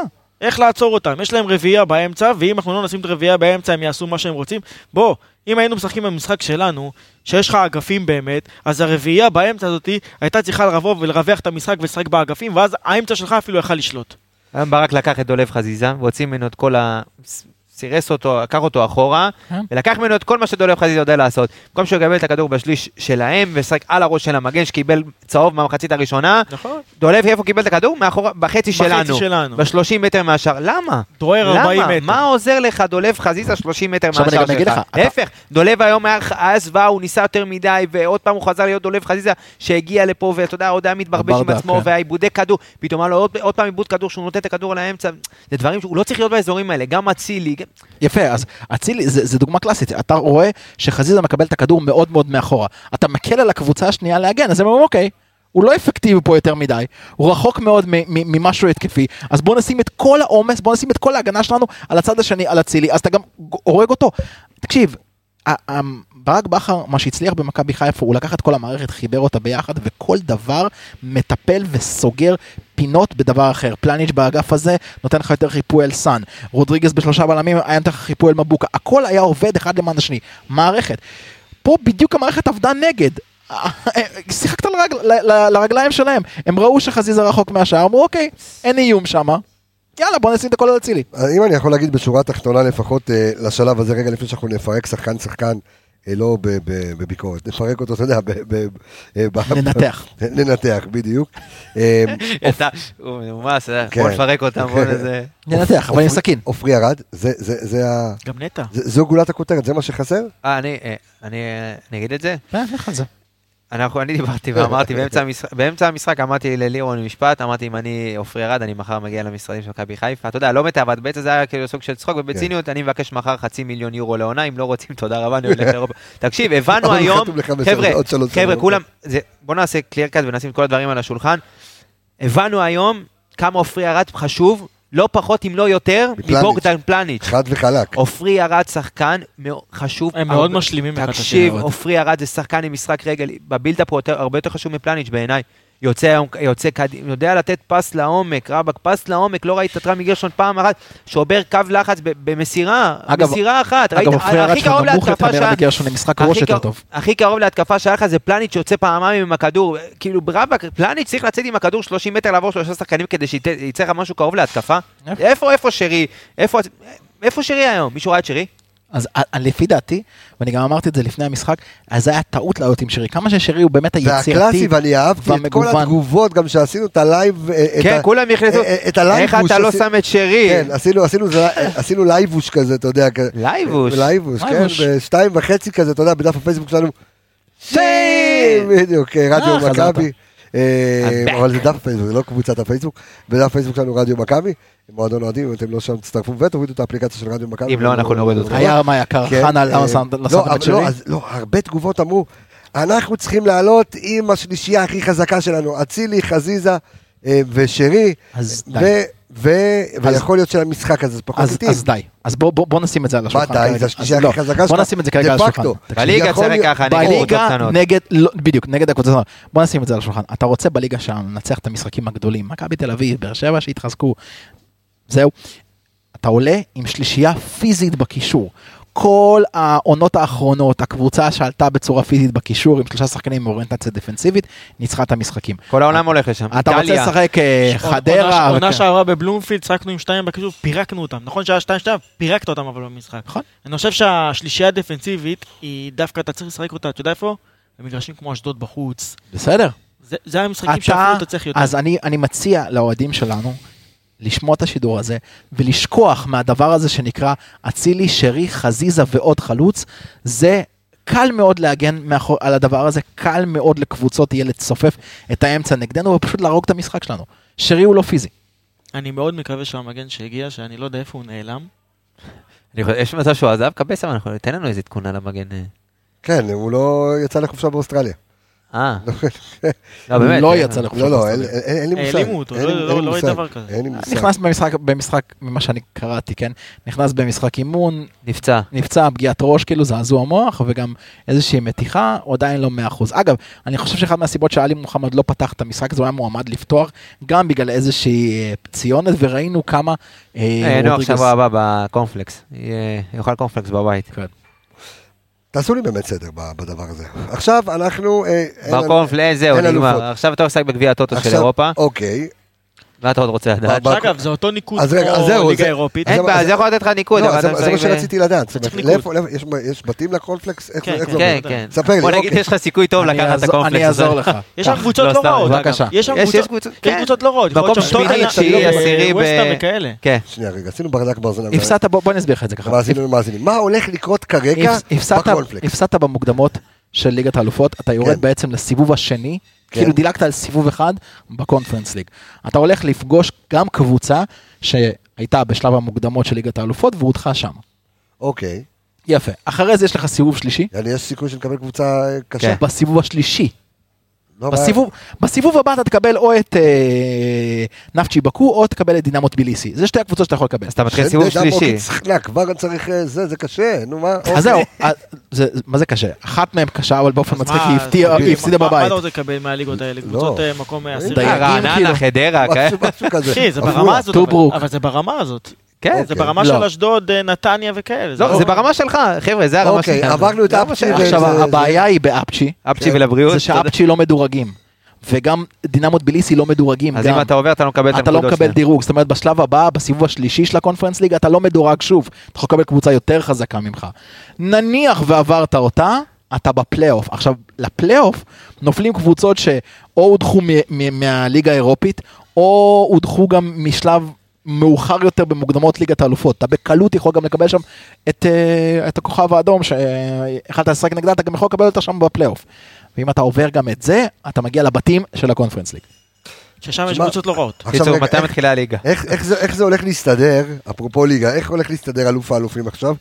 איך לעצור אותם? יש להם רביעייה באמצע, ואם אנחנו לא נשים את הרביעייה באמצע, הם יעשו מה שהם רוצים. בוא, אם היינו משחקים במשחק שלנו, שיש לך אגפים באמת, אז הרביעייה באמצע הזאת הייתה צריכה לרבוב ולרווח את המשחק ולשחק באגפים, ואז האמצע שלך אפילו יכל לשלוט. היום ברק לקח את דולב חזיזה, והוציא ממנו את כל ה... סירס אותו, לקח אותו אחורה, ולקח ממנו את כל מה שדולב חזיזה יודע לעשות. במקום שהוא יקבל את הכדור בשליש שלהם, ושחק על הראש של המגן, שקיבל צהוב מהמחצית הראשונה, דולב איפה קיבל את הכדור? בחצי שלנו, ב-שלושים מטר מהשאר. למה? דרויר ארבעים מטר. מה עוזר לך דולב חזיזה שלושים מטר מהשאר שלך? להפך, דולב היום היה זוועה, הוא ניסה יותר מדי, ועוד פעם הוא חזר להיות דולב חזיזה, שהגיע לפה, ואתה יודע, עוד היה מתברבש עם עצמו, והעיבודי כדור, פתאום היה לו עוד פעם עיבוד כדור, שהוא נותן את הכדור לאמצע. זה דברים שהוא לא צריך להיות באזורים האלה, גם אצילי. יפה, אז אצילי, זה, זה דוגמה קלאסית, אתה רואה שחזיזה מקבל את הכדור מאוד מאוד מאחורה, אתה מקל על הקבוצה השנייה להגן, אז הם אומרים, אוקיי, הוא לא אפקטיבי פה יותר מדי, הוא רחוק מאוד ממשהו התקפי, אז בוא נשים את כל העומס, בוא נשים את כל ההגנה שלנו על הצד השני, על אצילי, אז אתה גם הורג אותו. תקשיב, ברק בכר, מה שהצליח במכבי חיפה, הוא לקח את כל המערכת, חיבר אותה ביחד, וכל דבר מטפל וסוגר פינות בדבר אחר. פלניץ' באגף הזה נותן לך יותר חיפוי אל סן, רודריגז בשלושה בלמים היה נותן לך חיפוי אל מבוקה, הכל היה עובד אחד למען השני, מערכת. פה בדיוק המערכת עבדה נגד, שיחקת לרגליים שלהם, הם ראו שחזיזה רחוק מהשאר, אמרו אוקיי, אין איום שמה, יאללה, בוא נשים את הכל על אצילי. אם אני יכול להגיד בשורה התחתונה לפחות לשלב הזה, רגע לפני שאנחנו נפרק שחקן שחקן, לא בביקורת, נפרק אותו, אתה יודע, ננתח. ננתח, בדיוק. הוא ממש, בוא נפרק אותם, בוא נזה... ננתח, אבל עם סכין. עופרי ארד, זה ה... גם נטע. זו גולת הכותרת, זה מה שחסר? אה, אני אגיד את זה? כן, לך על זה. אנחנו, אני דיברתי ואמרתי, באמצע המשחק אמרתי ללירון משפט, אמרתי אם אני עופרי ירד, אני מחר מגיע למשרדים של מכבי חיפה, אתה יודע, לא מתאבד, בעצם זה היה כאילו סוג של צחוק, ובציניות אני מבקש מחר חצי מיליון יורו לעונה, אם לא רוצים, תודה רבה, אני הולך לאירופה. תקשיב, הבנו היום, חבר'ה, חבר'ה, כולם, בוא נעשה קליר קאט ונשים את כל הדברים על השולחן, הבנו היום כמה עופרי ירד חשוב, לא פחות אם לא יותר, מבוגדן פלניץ'. חד וחלק. עופרי ירד שחקן חשוב. הם מאוד משלימים. תקשיב, עופרי ירד זה שחקן עם משחק רגל, בבילדאפ הוא הרבה יותר חשוב מפלניץ' בעיניי. יוצא, יוצא, יודע לתת פס לעומק, רבק, פס לעומק, לא ראית את רמי גרשון פעם אחת, שעובר קו לחץ במסירה, מסירה אחת. אגב, עופרי ירד שלו נמוך יותר מרמי גרשון, למשחק ראש יותר טוב. הכי קרוב להתקפה שהיה לך זה פלניץ' שיוצא פעמיים עם הכדור, כאילו רבק, פלניץ' צריך לצאת עם הכדור שלושים מטר לעבור שלושה שחקנים כדי שיצא לך משהו קרוב להתקפה. איפה, איפה שרי? איפה שרי היום? מישהו ראה את שרי? אז לפי דעתי, ואני גם אמרתי את זה לפני המשחק, אז זה היה טעות להיות עם שרי. כמה ששרי הוא באמת היצירתי והמגוון. והקלאסי, ואני אהבתי את כל התגובות, גם שעשינו את הלייב, כן, כולם יחלטו, איך אתה לא שם את שרי? כן, עשינו לייבוש כזה, אתה יודע. לייבוש? לייבוש, כן, בשתיים וחצי כזה, אתה יודע, בדף הפייסבוק שלנו. שיים! בדיוק, רדיו מכבי. אבל זה דף הפייסבוק, זה לא קבוצת הפייסבוק. בדף הפייסבוק שלנו רדיו מכבי. מועדון אוהדים, אם אתם לא שם תצטרפו ותורידו את האפליקציה של רדיו מכבי. אם לא, אנחנו נוריד אותך. היה מה יקר, חנה, למה שמתם את שרי? לא, הרבה תגובות אמרו, אנחנו צריכים לעלות עם השלישייה הכי חזקה שלנו, אצילי, חזיזה ושרי, ויכול להיות של המשחק הזה, זה פחות איטי. אז די, אז בוא נשים את זה על השולחן. מה די, זה השלישייה הכי חזקה שלך. בוא נשים את זה כרגע על השולחן. בליגה צריך ככה, נגד, בדיוק, נגד הקבוצות קטנות. בוא נשים את זה על השולחן. אתה רוצה בליגה שם לנצח את המשחקים הגדולים, מכבי תל אביב, באר שבע שהתחזקו, זהו. אתה עולה עם שלישייה פיזית בקישור. כל העונות האחרונות, הקבוצה שעלתה בצורה פיזית בקישור, עם שלושה שחקנים עם אוריינטציה דפנסיבית, ניצחה את המשחקים. כל העולם הולך לשם. אתה רוצה לשחק חדרה. עונה שעברה בבלומפילד, שחקנו עם שתיים בקישור, פירקנו אותם. נכון שהיה שתיים שתיים, פירקת אותם אבל במשחק. נכון. אני חושב שהשלישייה הדפנסיבית, היא דווקא, אתה צריך לשחק אותה, אתה יודע איפה? במגרשים כמו אשדוד בחוץ. בסדר. זה המשחקים שאפילו אתה צריך יותר. אז אני מציע לאוהדים שלנו, לשמוע את השידור הזה, ולשכוח מהדבר הזה שנקרא אצילי, שרי, חזיזה ועוד חלוץ, זה קל מאוד להגן מאחור, על הדבר הזה, קל מאוד לקבוצות יהיה לצופף את האמצע נגדנו, ופשוט להרוג את המשחק שלנו. שרי הוא לא פיזי. אני מאוד מקווה שהמגן שהגיע, שאני לא יודע איפה הוא נעלם. יש מצב שהוא עזב, קבס, אבל אנחנו ניתן לנו איזה תקונה למגן. כן, הוא לא יצא לחופשה באוסטרליה. אה. לא, באמת. לא יצא לחופשות. לא, לא, אין לי מושג. העלימו אותו, לא ראית דבר כזה. אין לי מושג. נכנס במשחק, במשחק, ממה שאני קראתי, כן? נכנס במשחק אימון, נפצע. נפצע, פגיעת ראש, כאילו זעזוע מוח, וגם איזושהי מתיחה, עדיין לא מאה אחוז. אגב, אני חושב שאחד מהסיבות שעלי מוחמד לא פתח את המשחק, זה היה מועמד לפתוח, גם בגלל איזושהי פציונת, וראינו כמה... היינו עכשיו הבא בקונפלקס. יאכל קונפלקס בבית. תעשו לי באמת סדר בדבר הזה. עכשיו אנחנו... בקונפלקס, זהו, נגמר. עכשיו אתה עוסק בגביע הטוטו של אירופה. אוקיי. מה אתה עוד רוצה לדעת? אגב, זה אותו ניקוד כמו ליגה אירופית. אין בעיה, זה יכול לתת לך ניקוד. זה מה שרציתי לדעת. יש בתים לקונפלקס? כן, כן. ספר לי. בוא נגיד, יש לך סיכוי טוב לקחת את הקונפלקס. אני אעזור לך. יש שם קבוצות לא רעות. בבקשה. יש שם קבוצות לא רעות. מקום שמיני, תשיעי, עשירי. ווסטהאם וכאלה. שנייה רגע, עשינו ברדק ברזנם. הפסדת, בוא נסביר לך את זה ככה. מה הולך לקרות כרגע בקונפלקס? הפסדת במוקדמות של ליגת האלופות, אתה יורד בעצם לסיבוב השני, כאילו דילגת על סיבוב אחד בקונפרנס ליג. אתה הולך לפגוש גם קבוצה שהייתה בשלב המוקדמות של ליגת האלופות, והודחה שם. אוקיי. יפה. אחרי זה יש לך סיבוב שלישי. יש סיכוי שנקבל קבוצה קשה? בסיבוב השלישי. בסיבוב, בסיבוב הבא אתה תקבל או את אה, נפצ'י בקו, או תקבל את דינמו טביליסי. זה שתי הקבוצות שאתה יכול לקבל. אז אתה מתחיל סיבוב שלישי. כבר צריך זה, זה קשה. נו מה? אז זהו, זה, מה זה קשה? אחת מהם קשה, אבל באופן מצחיק היא הפסידה בבית. מה אתה רוצה לקבל מהליגות האלה? קבוצות מקום עשירי? רעננה, חדרה, משהו כזה. אחי, זה ברמה הזאת. אבל זה ברמה הזאת. כן, זה ברמה של אשדוד, נתניה וכאלה. לא, זה ברמה שלך, חבר'ה, זה הרמה שלך. אוקיי, עברנו את אפצ'י. עכשיו, הבעיה היא באפצ'י. אפצ'י ולבריאות. זה שאפצ'י לא מדורגים. וגם דינמו טביליסי לא מדורגים. אז אם אתה עובר, אתה לא מקבל את הנקודות שלהם. אתה לא מקבל דירוג. זאת אומרת, בשלב הבא, בסיבוב השלישי של הקונפרנס ליג, אתה לא מדורג שוב. אתה יכול לקבל קבוצה יותר חזקה ממך. נניח ועברת אותה, אתה בפלייאוף. עכשיו, לפלייאוף נופלים קבוצות שאו הודחו מהליגה האירופית, או הודחו גם משלב מאוחר יותר במוקדמות ליגת האלופות. אתה בקלות יכול גם לקבל שם את, את הכוכב האדום, שאחלת לשחק נגדה, אתה גם יכול לקבל אותה שם בפלייאוף. ואם אתה עובר גם את זה, אתה מגיע לבתים של הקונפרנס ליג. ששם יש קבוצות לא רעות. קיצור, מתי מתחילה הליגה? איך זה הולך להסתדר, אפרופו ליגה, איך הולך להסתדר אלוף האלופים עכשיו?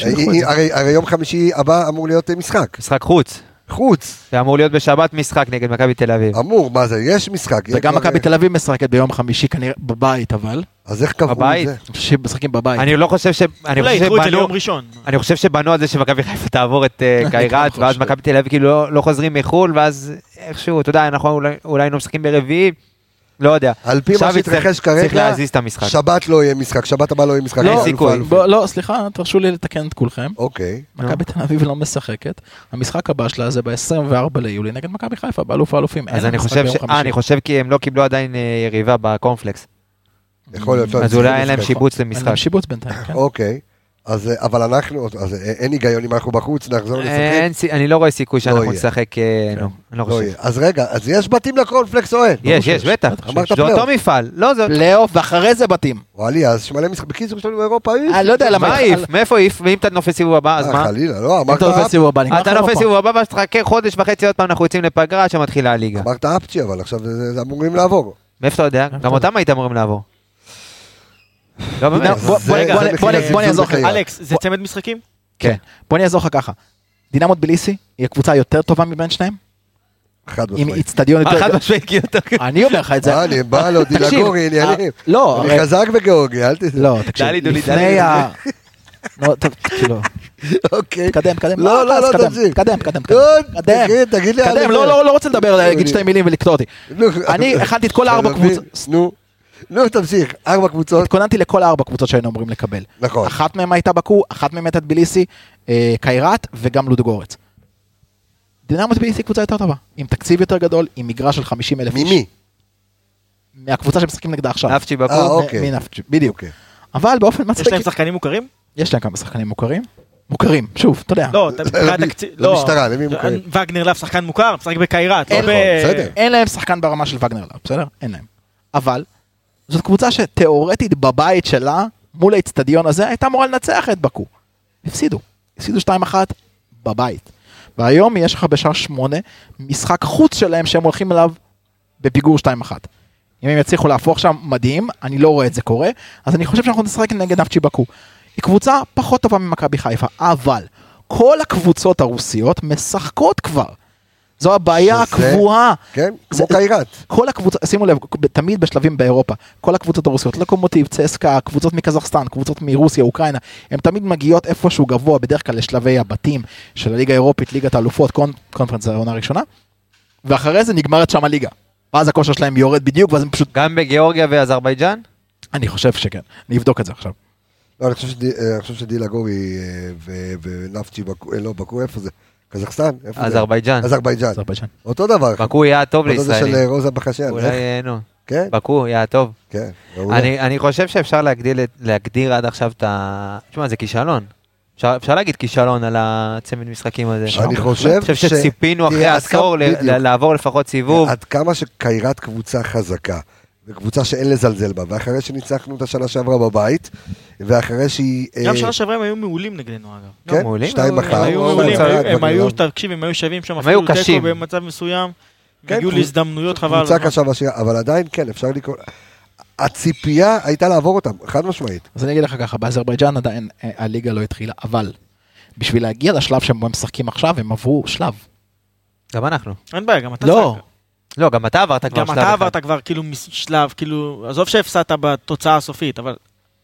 הרי יום חמישי הבא אמור להיות משחק. משחק חוץ. חוץ. זה אמור להיות בשבת משחק נגד מכבי תל אביב. אמור, מה זה? יש משחק. וגם מכבי תל אביב משחקת ביום חמישי כנראה בבית, אבל... אז איך קבעו את זה? שמשחקים בבית. אני לא חושב ש... אולי יתחו את זה ליום ראשון. אני חושב שבנו על זה שמכבי חיפה תעבור את קיירת, ואז מכבי תל אביב כאילו לא חוזרים מחול, ואז איכשהו, אתה יודע, אנחנו אולי לא משחקים ברביעי, לא יודע. על פי מה שהתרחש כרגע, צריך להזיז את המשחק. שבת לא יהיה משחק, שבת הבא לא יהיה משחק. אין סיכוי. לא, סליחה, תרשו לי לתקן את כולכם. אוקיי. מכבי תל אביב לא משחקת. המשחק הבא שלה זה ב-עשרים וארבעה ליולי נגד מכבי חיפה, באלוף האלופים. אז אני חושב ש... אה, אני חושב כי הם לא קיבלו עדיין יריבה בקונפלקס. יכול להיות. אז אולי אין להם שיבוץ למשחק. אין להם שיבוץ בינתיים, כן. אוקיי. אז, אבל אנחנו, אז אין היגיון אם אנחנו בחוץ, נחזור לשחק. אני לא רואה סיכוי שאנחנו נשחק, לא, אני לא חושב. אז רגע, אז יש בתים לקונפלקס או אין? יש, יש, בטח. זה אותו מפעל, לא זאת. פלייאוף, ואחרי זה בתים. וואלי, אז שמלא משחק, בקיצור שלנו באירופה, איף. אני לא יודע למה. מה איף? מאיפה איף? ואם אתה נופל סיבוב הבא, אז מה? חלילה, לא, אמרת אתה נופל סיבוב הבא, ואז תחכה חודש וחצי עוד פעם אנחנו יוצאים לפגרה שמתחילה הליגה. אמרת אפצ'י, אבל עכשיו זה אמורים לעבור. מאיפה אתה יודע? גם אותם היית אמורים לעבור. לא באמת. בוא נעזור לך. אלכס, זה צמד משחקים? כן. בוא נעזור לך ככה. דינמו טביליסי היא הקבוצה יותר טובה מבין שניים? חד עם משמעית. אצטדיון יותר... חד משמעית יותר... אני אומר לך את זה. אני בא לו, דילגורי, עניינים. לא. אני חזק בגיאורגי, אל תדע. לא, תקשיב. לפני ה... לא, כאילו... אוקיי. תקדם, קדם. לא, לא, לא, תמשיך. קדם, קדם, קדם. תגיד לי... קדם, לא, לא רוצה לדבר, להגיד שתי מילים ולקטוע אותי. אני הכנתי את כל הארבע קבוצות. נו. נו, תמשיך, ארבע קבוצות. התכוננתי לכל הארבע קבוצות שהיינו אמורים לקבל. נכון. אחת מהם הייתה בקו, אחת מהם הייתה טביליסי, קיירת וגם לודוגורץ. דינמו טביליסי קבוצה יותר טובה, עם תקציב יותר גדול, עם מגרש של חמישים אלף איש. ממי? מהקבוצה שמשחקים נגדה עכשיו. נפצ'י בקו. אה, אוקיי. מנפצ'י, בדיוק. אבל באופן מצחיק... יש להם שחקנים מוכרים? יש להם כמה שחקנים מוכרים. מוכרים, שוב, אתה יודע. לא, למשטרה, למי מוכרים? וגנר לאף שחקן מוכר, משחק בקיירת. אין להם שחקן ברמה של וגנר לאף, בסדר? אין להם. אבל זאת קבוצה שתיאורטית בבית שלה, מול האצטדיון הזה, הייתה אמורה לנצח את בקו. הפסידו. הפסידו שתיים אחת בבית. והיום יש לך בשעה שמונה משחק חוץ שלהם שהם הולכים אליו בפיגור שתיים אחת. אם הם יצליחו להפוך שם מדהים, אני לא רואה את זה קורה, אז אני חושב שאנחנו נשחק נגד נפצ'י בקו. היא קבוצה פחות טובה ממכבי חיפה, אבל כל הקבוצות הרוסיות משחקות כבר. זו הבעיה הקבועה. כן, כמו קיירת. כל הקבוצות, שימו לב, תמיד בשלבים באירופה, כל הקבוצות הרוסיות, לוקומוטיב, צסקה, קבוצות מקזחסטן, קבוצות מרוסיה, אוקראינה, הן תמיד מגיעות איפשהו גבוה, בדרך כלל לשלבי הבתים של הליגה האירופית, ליגת האלופות, קונפרנס העונה הראשונה, ואחרי זה נגמרת שם הליגה. ואז הכושר שלהם יורד בדיוק, ואז הם פשוט... גם בגיאורגיה ואזרבייג'אן? אני חושב שכן, אני אבדוק את זה עכשיו. לא, אני חושב שדילה גורי ונפצ'י, לא, בקו, איפה זה? קזחסטן? אזרבייג'אן. אזרבייג'אן. אותו דבר. בקו יהיה טוב לישראלי. אותו זה של רוזה בחשן. אולי, נו. כן? בקו יהיה טוב. כן. אני חושב שאפשר להגדיר עד עכשיו את ה... תשמע, זה כישלון. אפשר להגיד כישלון על הצמד משחקים הזה. אני חושב שציפינו אחרי עשור לעבור לפחות סיבוב. עד כמה שקיירת קבוצה חזקה, וקבוצה שאין לזלזל בה, ואחרי שניצחנו את השנה שעברה בבית, ואחרי שהיא... גם שנה שעברה הם היו מעולים נגדנו, אגב. כן, שתיים מחר. הם היו מעולים, הם היו, תקשיב, הם היו שווים שם, הם היו קשים. במצב מסוים, הגיעו להזדמנויות חבל. קבוצה קשה בשנייה, אבל עדיין כן, אפשר לקרוא... הציפייה הייתה לעבור אותם, חד משמעית. אז אני אגיד לך ככה, באזרבייג'אן עדיין הליגה לא התחילה, אבל בשביל להגיע לשלב שהם משחקים עכשיו, הם עברו שלב. גם אנחנו. אין בעיה, גם אתה... לא. לא, גם אתה עברת כבר שלב אחד. גם אתה עברת כבר כאילו שלב, כאילו, עזוב שהפסדת בתוצאה הסופית, אבל...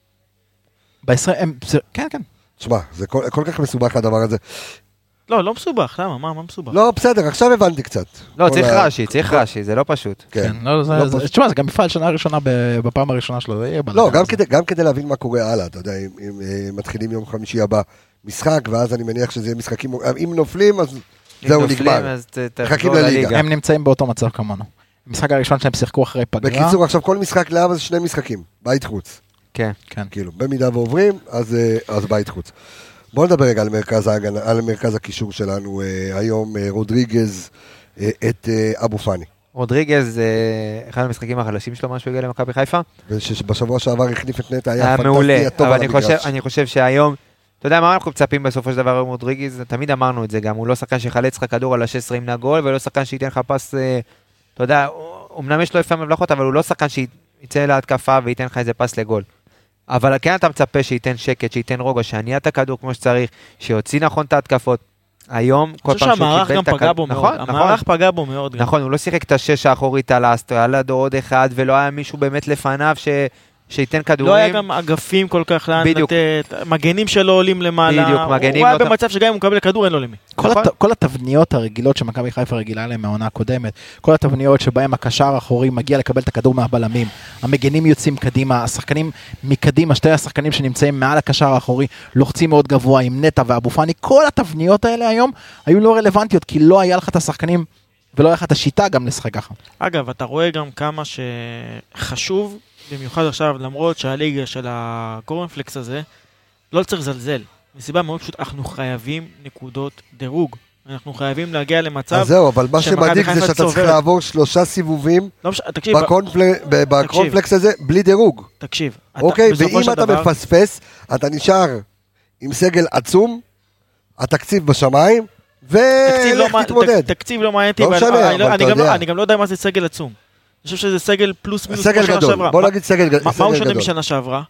בישראל, כן, כן. תשמע, זה כל כך מסובך הדבר הזה. לא, לא מסובך, למה? מה, מה מסובך? לא, בסדר, עכשיו הבנתי קצת. לא, צריך רש"י, צריך רש"י, זה לא פשוט. כן. תשמע, זה גם מפעל שנה ראשונה, בפעם הראשונה שלו, זה יהיה בלגן. לא, גם כדי להבין מה קורה הלאה, אתה יודע, אם מתחילים יום חמישי הבא משחק, ואז אני מניח שזה יהיה משחקים, אם נופלים, אז זהו נגמר. מחכים לליגה. הם נמצאים באותו מצב כמונו. המשחק הראשון שלהם שיחקו אחרי פגרה. בקיצור, עכשיו כל משחק לאב זה שני משחקים, בית חוץ. כן. כאילו, במידה ועוברים, אז בית חוץ. בואו נדבר רגע על מרכז ההגנה, על מרכז הקישור שלנו היום, רודריגז את אבו פאני. רודריגז, אחד המשחקים החלשים שלו, משהו הגיע למכבי חיפה. ושבשבוע שעבר החליף את נטע, היה פנטסטי, הטוב על המגרש. אני חושב שהיום, אתה יודע מה אנחנו מצפים בסופו של דבר עם רודריגז, תמיד אמרנו את זה גם, הוא לא שחקן שחלץ לך כדור על ה-שש עשרה עם נגול, ולא שחקן שייתן לך פס, אתה יודע, אמנם יש לו יפה מבלחות, אבל הוא לא שחקן שיצא להתקפה וייתן לך איזה פס לגול. אבל כן אתה מצפה שייתן שקט, שייתן רוגע, שעניע את הכדור כמו שצריך, שיוציא נכון את ההתקפות. היום, כל פעם שהוא קיבל את הכדור... נכון, נכון. המערך פגע בו מאוד. נכון, הוא לא שיחק את השש האחורית על האסטרו, על הדו עוד אחד, ולא היה מישהו באמת לפניו ש... שייתן כדורים. לא היה גם אגפים כל כך לאן לתת, מגנים שלו עולים למעלה. בדיוק, מגנים. הוא היה במצב שגם אם הוא מקבל כדור, אין לו למי. כל התבניות הרגילות שמכבי חיפה רגילה עליהן מהעונה הקודמת, כל התבניות שבהן הקשר האחורי מגיע לקבל את הכדור מהבלמים, המגנים יוצאים קדימה, השחקנים מקדימה, שתי השחקנים שנמצאים מעל הקשר האחורי, לוחצים מאוד גבוה עם נטע ואבו פאני, כל התבניות האלה היום היו לא רלוונטיות, כי לא היה לך את השחקנים ולא היה לך את השיטה גם לשחק ככה. אגב, אתה רואה גם כמה שחשוב במיוחד עכשיו, למרות שהליגה של הקורנפלקס הזה, לא צריך לזלזל. מסיבה מאוד פשוט, אנחנו חייבים נקודות דירוג. אנחנו חייבים להגיע למצב... אז זהו, אבל מה שמדאיג זה שאתה צריך לעבור שלושה סיבובים בקורנפלקס הזה, בלי דירוג. תקשיב. אוקיי, ואם אתה מפספס, אתה נשאר עם סגל עצום, התקציב בשמיים, ולך תתמודד. תקציב לא מעניין אותי, אני גם לא יודע מה זה סגל עצום. אני חושב שזה סגל פלוס מינוס סגל גדול, בוא נגיד סגל גדול. מה הוא שונה משנה שעברה?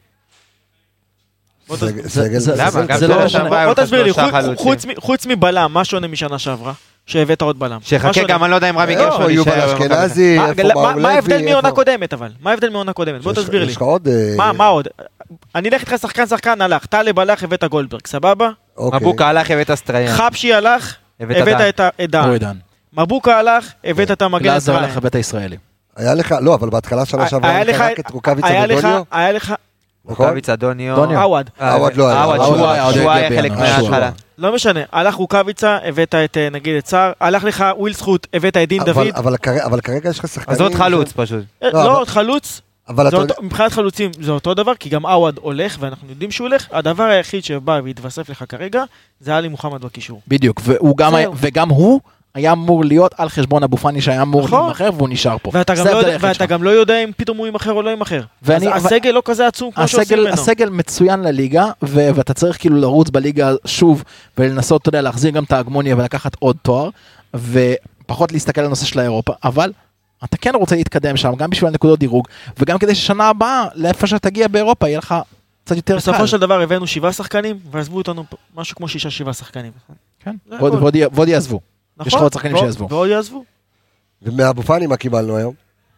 למה? גם שנה שעברה בוא תסביר לי, חוץ מבלם, מה שונה משנה שעברה? שהבאת עוד בלם. שחכה גם, אני לא יודע אם רמי גרשון יישאר. אשכנזי, מה ההבדל מעונה קודמת אבל? מה ההבדל מעונה קודמת? בוא תסביר לי. יש לך עוד... מה עוד? אני אלך איתך שחקן שחקן הלך, טלב הלך, הבאת גולדברג, סבבה? מבוקה הלך, הבאת סטריאן. חפשי הלך, הבאת את דן. מבוקה הלך, הבאת את המגן הישראלי. היה לך, לא, אבל בהתחלה שנה שעברה היה לך רק את רוקאביצה ודוניו. היה לך... רוקאביצה, דוניו. עווד. עווד לא היה. עווד, שהוא היה חלק מההתחלה. לא משנה, הלך רוקאביצה, הבאת את, נגיד, את צער, הלך לך וויל זכות, הבאת את דין דוד. אבל כרגע יש לך שחקנים... אז עוד חלוץ פשוט. לא, עוד חלוץ. מבחינת חלוצים זה אותו דבר, כי גם עווד הולך, ואנחנו יודעים שהוא הולך. הדבר היחיד שבא והתווסף לך כרגע, זה עלי מוחמד בקישור. בדיוק, וגם הוא היה אמור להיות על חשבון אבו פאני שהיה אמור להימחר והוא נשאר פה. ואתה גם לא יודע אם פתאום הוא יימחר או לא יימחר. הסגל לא כזה עצום כמו שעושים ממנו. הסגל מצוין לליגה, ואתה צריך כאילו לרוץ בליגה שוב, ולנסות, אתה יודע, להחזיר גם את ההגמוניה ולקחת עוד תואר, ופחות להסתכל על הנושא של האירופה, אבל אתה כן רוצה להתקדם שם, גם בשביל הנקודות דירוג, וגם כדי ששנה הבאה, לאיפה שתגיע באירופה, יהיה לך קצת יותר קל. בסופו של דבר הבאנו שבעה שחקנים, ועזבו אותנו משהו כמו שישה שבעה שחקנים. כן, ועוד יעזבו. יש לך עוד שחקנים שיעזבו. ועוד יעזבו. ומאבו פאני מה קיבלנו היום?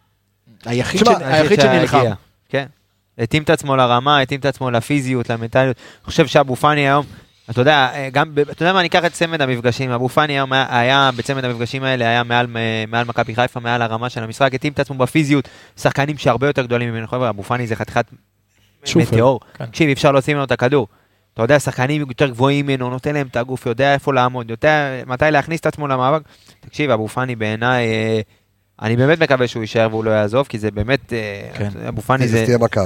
היחיד שנלחם. כן. התאים את עצמו לרמה, התאים את עצמו לפיזיות, למנטליות. אני חושב שאבו פאני היום, אתה יודע, גם, אתה יודע מה, אני אקח את צמד המפגשים. אבו פאני היום היה, בצמד המפגשים האלה, היה מעל, מעל מכבי חיפה, מעל הרמה של המשחק, התאים את עצמו בפיזיות, שחקנים שהרבה יותר גדולים ממנו. חבר'ה, אבו פאני זה חתיכת מטאור. תקשיב, אי אפשר להוציא ממנו את הכדור. אתה יודע, שחקנים יותר גבוהים ממנו, נותן להם את הגוף, יודע איפה לעמוד, יודע מתי להכניס את עצמו למאבק. תקשיב, אבו פאני בעיניי, אני באמת מקווה שהוא יישאר והוא לא יעזוב, כי זה באמת, אבו פאני זה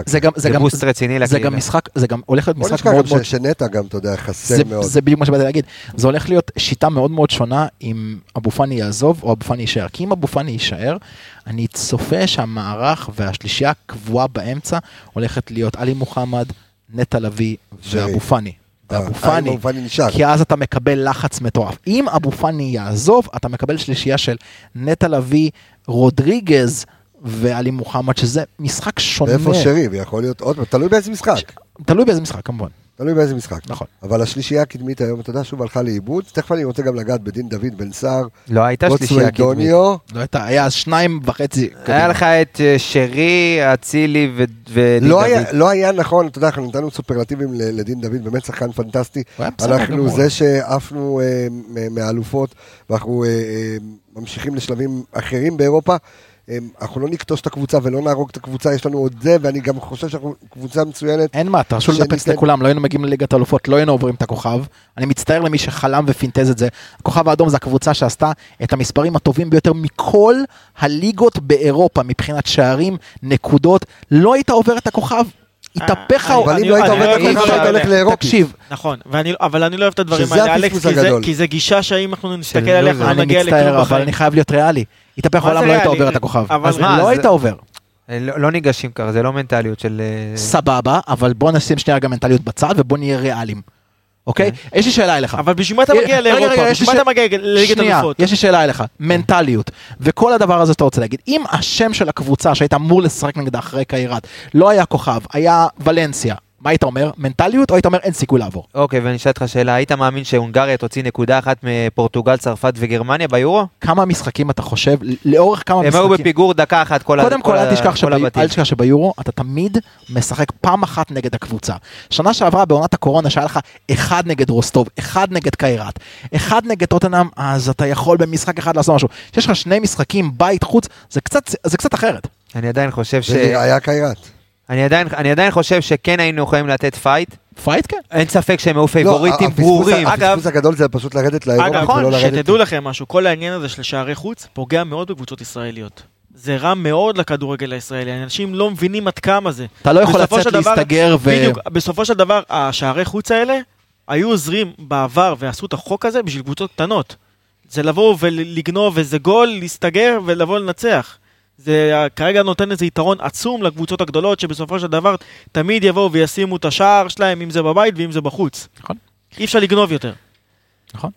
בוסט רציני לקלילה. זה גם משחק, זה גם הולך להיות משחק מאוד מאוד... שנטע גם, אתה יודע, חסר מאוד. זה בדיוק מה שבאתי להגיד. זה הולך להיות שיטה מאוד מאוד שונה אם אבו פאני יעזוב או אבו פאני יישאר. כי אם אבו פאני יישאר, אני צופה שהמערך והשלישייה הקבועה באמצע הולכת להיות עלי מוחמד, נטע לביא ואבו פאני. אבו פאני, כי אז אתה מקבל לחץ מטורף. אם אבו פאני יעזוב, אתה מקבל שלישייה של נטע לביא, רודריגז ועלי מוחמד, שזה משחק שונה. ואיפה שרי, ויכול להיות עוד, תלוי באיזה משחק. תלוי באיזה משחק, כמובן. תלוי באיזה משחק. נכון. אבל השלישייה הקדמית היום, אתה יודע, שוב הלכה לאיבוד, תכף אני רוצה גם לגעת בדין דוד בן סער. לא הייתה שלישייה קדמית. לא הייתה, היה שניים וחצי. היה לך את שרי, אצילי ודין דוד. לא היה נכון, אתה יודע, אנחנו נתנו סופרלטיבים לדין דוד, באמת שחקן פנטסטי. אנחנו זה שעפנו מהאלופות, ואנחנו ממשיכים לשלבים אחרים באירופה. אנחנו לא נקטוש את הקבוצה ולא נהרוג את הקבוצה, יש לנו עוד זה, ואני גם חושב שאנחנו קבוצה מצוינת. אין מה, תרשו לנפץ לכולם, לא היינו מגיעים לליגת האלופות, לא היינו עוברים את הכוכב. אני מצטער למי שחלם ופינטז את זה. הכוכב האדום זה הקבוצה שעשתה את המספרים הטובים ביותר מכל הליגות באירופה, מבחינת שערים, נקודות. לא היית עובר את הכוכב, התהפך. אבל אם לא היית עובר את הכוכב, היית הולך לאירופי. תקשיב. נכון, אבל אני לא אוהב את הדברים האלה, אלכס, כי זה גישה שאם אנחנו נסתכל עליך, לא נגיע לכלום בחיים. אבל אני חייב להיות ריאלי. התהפך העולם, לא היית עובר את הכוכב. אז לא היית עובר. לא ניגשים ככה, זה לא מנטליות של... סבבה, אבל בוא נשים שנייה גם מנטליות בצד, ובוא נהיה ריאליים. אוקיי? יש לי שאלה אליך. אבל בשביל מה אתה מגיע לאירופה? בשביל מה אתה מגיע לליגת אלופות? יש לי שאלה אליך. מנטליות. וכל הדבר הזה שאתה רוצה להגיד. אם השם של הקבוצה שהיית אמור לשחק נגדה אחרי קיירת, לא היה כוכב, היה ולנסיה. מה היית אומר? מנטליות או היית אומר אין סיכוי לעבור? אוקיי, ואני אשאל אותך שאלה, היית מאמין שהונגריה תוציא נקודה אחת מפורטוגל, צרפת וגרמניה ביורו? כמה משחקים אתה חושב, לאורך כמה משחקים? הם היו בפיגור דקה אחת כל הבתים. קודם כל, אל תשכח שביורו אתה תמיד משחק פעם אחת נגד הקבוצה. שנה שעברה בעונת הקורונה שהיה לך אחד נגד רוסטוב, אחד נגד קיירת, אחד נגד טוטנהאם, אז אתה יכול במשחק אחד לעשות משהו. שיש לך שני משחקים, בית, חוץ, זה קצת, זה קצת אחרת. אני עדיין חושב ש... היה קיירת. אני עדיין, אני עדיין חושב שכן היינו יכולים לתת פייט. פייט כן? אין ספק שהם היו פייבוריטים ברורים. הפספוס הגדול זה פשוט לרדת לאירופית ולא לרדת. שתדעו לכם משהו, כל העניין הזה של שערי חוץ פוגע מאוד בקבוצות ישראליות. זה רע מאוד לכדורגל הישראלי, אנשים לא מבינים עד כמה זה. אתה לא יכול לצאת להסתגר ו... בדיוק, בסופו של דבר, השערי חוץ האלה היו עוזרים בעבר ועשו את החוק הזה בשביל קבוצות קטנות. זה לבוא ולגנוב איזה גול, להסתגר ולבוא לנצח. זה כרגע נותן איזה יתרון עצום לקבוצות הגדולות, שבסופו של דבר תמיד יבואו וישימו את השער שלהם, אם זה בבית ואם זה בחוץ. נכון. אי אפשר לגנוב יותר. נכון.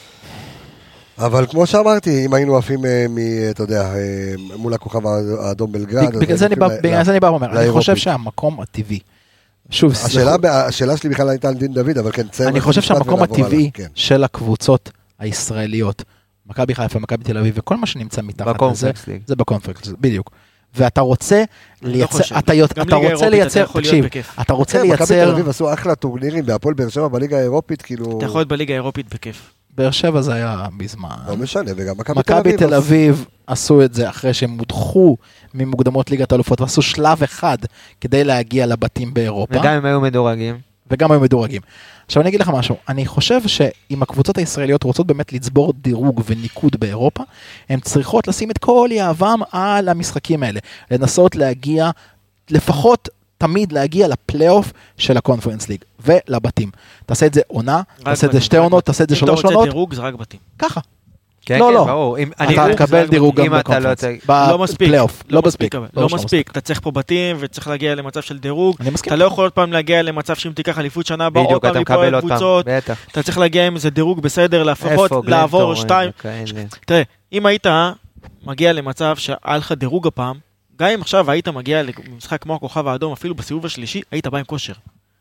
אבל כמו שאמרתי, אם היינו עפים, אתה יודע, מול הכוכב האדום בלגרד... בגלל זה אני בא ואומר, אני חושב שהמקום הטבעי, שוב... השאלה שלי בכלל הייתה על דין דוד, אבל כן... אני חושב שהמקום הטבעי של הקבוצות הישראליות, מכבי חיפה, מכבי תל אביב, וכל מה שנמצא מתחת לזה, זה בקונפרנס, בדיוק. ואתה רוצה לייצר, אתה רוצה לייצר, תקשיב, אתה רוצה לייצר... מכבי תל אביב עשו אחלה טורנירים, בהפועל באר שבע בליגה האירופית, כאילו... אתה יכול להיות בליגה האירופית בכיף. באר שבע זה היה בזמן. לא משנה, וגם מכבי תל אביב עשו את זה אחרי שהם מודחו ממוקדמות ליגת האלופות, ועשו שלב אחד כדי להגיע לבתים באירופה. וגם הם היו מדורגים. וגם היו מדורגים. עכשיו אני אגיד לך משהו, אני חושב שאם הקבוצות הישראליות רוצות באמת לצבור דירוג וניקוד באירופה, הן צריכות לשים את כל יהבם על המשחקים האלה, לנסות להגיע, לפחות תמיד להגיע לפלייאוף של הקונפרנס ליג, ולבתים. תעשה את זה עונה, תעשה את זה שתי עונות, תעשה את זה שלוש עונות. אם אתה רוצה דירוג, זה רק בתים. ככה. כן, לא, כן, לא. ברור. אתה תקבל דירוג גם בקונפרנס. לא מספיק. לא מספיק. לא מספיק. אתה צריך פה בתים וצריך להגיע למצב של דירוג. אתה לא יכול עוד פעם להגיע למצב שאם תיקח אליפות שנה הבאה, עוד פעם מפה קבוצות. אתה צריך להגיע עם איזה דירוג בסדר, לפחות לעבור שתיים. תראה, אם היית מגיע למצב שהיה לך דירוג הפעם, גם אם עכשיו היית מגיע למשחק כמו הכוכב האדום, אפילו בסיבוב השלישי, היית בא עם כושר.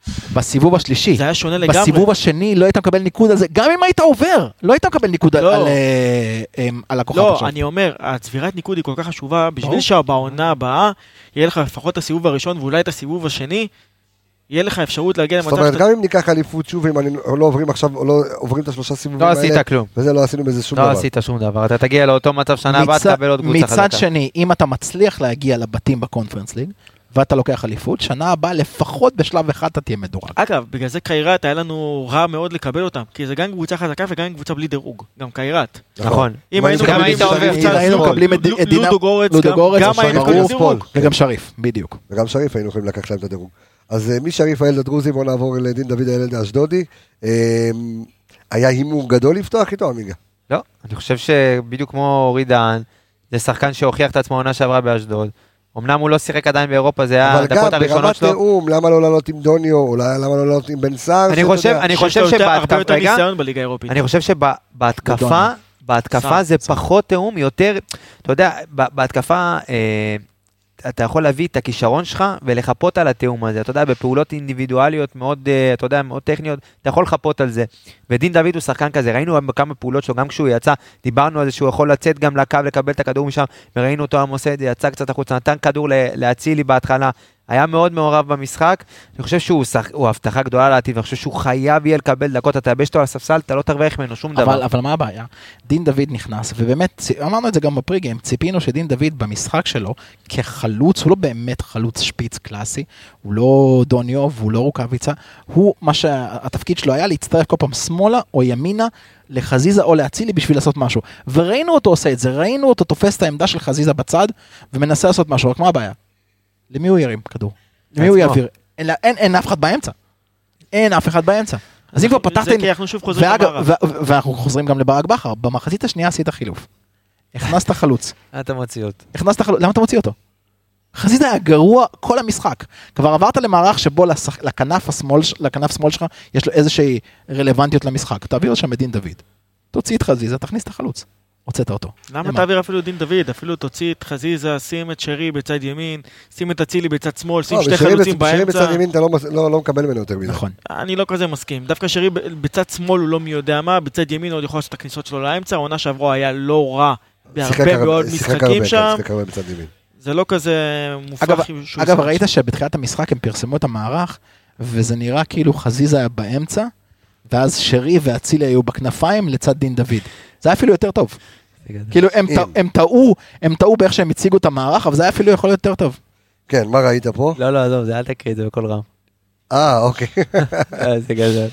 בסיבוב השלישי. זה היה שונה לגמרי. בסיבוב השני לא היית מקבל ניקוד על זה, גם אם היית עובר, לא היית מקבל ניקוד לא. על, על, על הכוכב לא, עכשיו. אני אומר, הצבירת ניקוד היא כל כך חשובה, בשביל שבעונה הבאה, יהיה לך לפחות את הסיבוב הראשון, ואולי את הסיבוב השני, יהיה לך אפשרות להגיע למצב... זאת אומרת, גם אם ניקח אליפות שוב, אם לא עוברים עכשיו, או לא עוברים את השלושה סיבובים האלה, לא עשית כלום. וזה לא עשינו בזה שום דבר. לא עשית שום דבר, אתה תגיע לאותו מצב שנה הבאה, תקבל עוד קבוצה חזקה. מצד שני, אם אתה מצליח להגיע לבתים בקונפרנס ליג, ואתה לוקח אליפות, שנה הבאה לפחות בשלב אחד אתה תהיה מדורג. אגב, בגלל זה קיירת היה לנו רע מאוד לקבל אותם, כי זה גם קבוצה חזקה וגם קבוצה בלי דירוג, גם קיירת. נכון. אם היינו מקבלים את לודוגורץ, גם היינו מקבלים דירוג. וגם שריף, בדיוק. וגם שריף היינו יכולים לקחת להם את הדירוג. אז משריף הילד הדרוזי, בואו נעבור לדין דוד הילד האשדודי. היה הימור גדול לפתוח איתו, עמיגה? לא, אני חושב שבדיוק כמו אורי דהן, זה שחקן שהוכיח את עצמו עונה שעברה באשדוד. אמנם הוא לא שיחק עדיין באירופה, זה היה הדקות הראשונות שלו. אבל גם ברמת תאום, למה לא לעלות עם דוניו, או למה לא לעלות עם בן סער? אני חושב, אני חושב שבהתקפה, אני חושב שבהתקפה, בהתקפה זה פחות תאום, יותר, אתה יודע, בהתקפה, אתה יכול להביא את הכישרון שלך ולחפות על התאום הזה, אתה יודע, בפעולות אינדיבידואליות מאוד, אתה יודע, מאוד טכניות, אתה יכול לחפות על זה. ודין דוד הוא שחקן כזה, ראינו בכמה פעולות שלו, גם כשהוא יצא, דיברנו על זה שהוא יכול לצאת גם לקו, לקבל את הכדור משם, וראינו אותו עושה את זה, יצא קצת החוצה, נתן כדור להצילי בהתחלה, היה מאוד מעורב במשחק, אני חושב שהוא הוא הבטחה גדולה לעתיד, אני חושב שהוא חייב יהיה לקבל דקות, אתה יבש אותו על הספסל, אתה לא תרוויח ממנו שום דבר. אבל, אבל מה הבעיה? דין דוד נכנס, ובאמת, אמרנו את זה גם בפריגיים, ציפינו שדין דוד במשחק שלו, כחלוץ, הוא לא באמת חלוץ שפיץ קלאסי, הוא לא דוניו, הוא לא רוקאביצה, הוא, מה שהתפקיד שלו היה להצטרף כל פעם שמאלה או ימינה, לחזיזה או להצילי בשביל לעשות משהו. וראינו אותו עושה את זה, ראינו אותו תופס את העמדה של חזיזה בצד, ומנסה לעשות משהו, רק מה הבעיה? למי הוא ירים כדור? למי הוא יעביר? אין, אין, אין אף אחד באמצע. אין אף אחד באמצע. אז אם כבר פתחתם... זה כי אנחנו שוב חוזרים למערב. ואנחנו חוזרים גם לברק בכר. במחצית השנייה עשית חילוף. הכנסת חלוץ. אתה מוציא אותו. הכנסת חלוץ. למה אתה מוציא אותו? חזיזה היה גרוע כל המשחק. כבר עברת למערך שבו לכנף השמאל, לכנף שמאל שלך יש לו איזושהי רלוונטיות למשחק. תעביר שם את דין דוד. תוציא את חזיזה, תכניס את החלוץ. הוצאת אותו. למה תעביר אפילו דין דוד? אפילו תוציא את חזיזה, שים את שרי בצד ימין, שים את אצילי בצד שמאל, שים שתי חלוצים באמצע. שרי בצד ימין אתה לא מקבל ממנו יותר מדי. נכון. אני לא כזה מסכים. דווקא שרי בצד שמאל הוא לא מי יודע מה, בצד ימין עוד יכול לעשות את הכניסות שלו לאמצע, העונה שעברו היה לא רע בהרבה מאוד משחקים שם. זה לא כזה מופרך. אגב, ראית שבתחילת המשחק הם פרסמו את המערך, וזה נראה כאילו חזיזה היה באמצע, ואז שרי ואצילי היו בכנפיים לצד דין דוד. זה היה אפילו יותר טוב. כאילו הם טעו, הם טעו באיך שהם הציגו את המערך, אבל זה היה אפילו יכול להיות יותר טוב. כן, מה ראית פה? לא, לא, לא, זה אל תקריא את זה בכל רם. אה, אוקיי. זה גדול.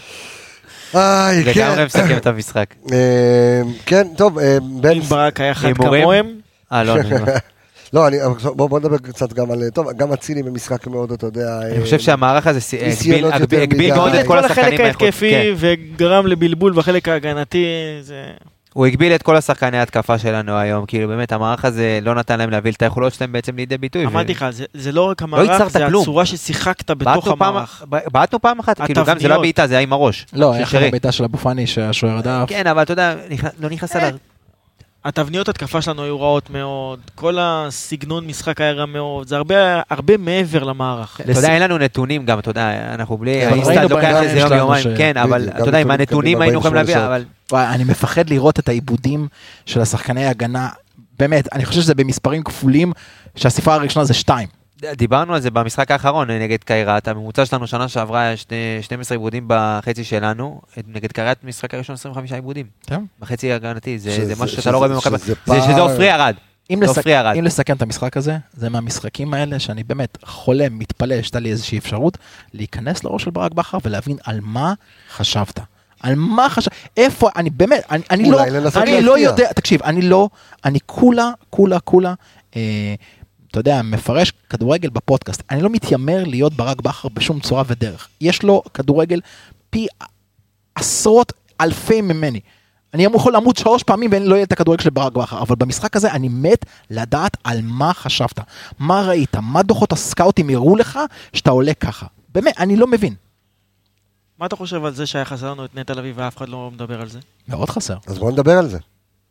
זה גם לא מסכם את המשחק. כן, טוב, בן... אם ברק היה חד כמוהם. אה, לא, לא. לא, בוא נדבר קצת גם על, טוב, גם הצילי במשחק מאוד, אתה יודע... אני חושב שהמערך הזה הגביל מאוד את כל השחקנים. החלק ההתקפי וגרם לבלבול בחלק ההגנתי, זה... הוא הגביל את כל השחקני ההתקפה שלנו היום, כאילו באמת המערך הזה לא נתן להם להביא את היכולות שלהם בעצם לידי ביטוי. אמרתי לך, זה לא רק המערך, זה הצורה ששיחקת בתוך המערך. בעטנו פעם אחת, כאילו גם זה לא בעיטה, זה היה עם הראש. לא, היה לך בעיטה של אבו פאני שהשוער הדף. כן, אבל אתה יודע, לא נכנס עליו. התבניות התקפה שלנו היו רעות מאוד, כל הסגנון משחק היה רע מאוד, זה הרבה, הרבה מעבר למערך. אתה יודע, אין לנו נתונים גם, אתה יודע, אנחנו בלי, האינסטנט לוקח איזה יום יומיים, כן, אבל אתה יודע, עם הנתונים היינו יכולים להביא, אבל... אני מפחד לראות את העיבודים של השחקני ההגנה, באמת, אני חושב שזה במספרים כפולים, שהספרה הראשונה זה שתיים. דיברנו על זה במשחק האחרון נגד קיירת, הממוצע שלנו שנה שעברה שנים עשרה עיבודים בחצי שלנו, נגד קיירת משחק הראשון עשרים וחמישה עיבודים. בחצי הגנתי, זה משהו שאתה לא רואה במכבי, זה שזה אופרי ירד. אם לסכם את המשחק הזה, זה מהמשחקים האלה שאני באמת חולם, מתפלא, שתה לי איזושהי אפשרות, להיכנס לראש של ברק בכר ולהבין על מה חשבת. על מה חשבת, איפה, אני באמת, אני לא, אני לא יודע, תקשיב, אני לא, אני כולה, כולה, כולה, אתה יודע, מפרש כדורגל בפודקאסט. אני לא מתיימר להיות ברק בכר בשום צורה ודרך. יש לו כדורגל פי עשרות אלפי ממני. אני יכול לעמוד שלוש פעמים ואני לא יהיה את הכדורגל של ברק בכר, אבל במשחק הזה אני מת לדעת על מה חשבת. מה ראית? מה דוחות הסקאוטים יראו לך שאתה עולה ככה? באמת, אני לא מבין. מה אתה חושב על זה שהיה חסר לנו את נטע לביא ואף אחד לא מדבר על זה? מאוד חסר. אז בואו נדבר על זה.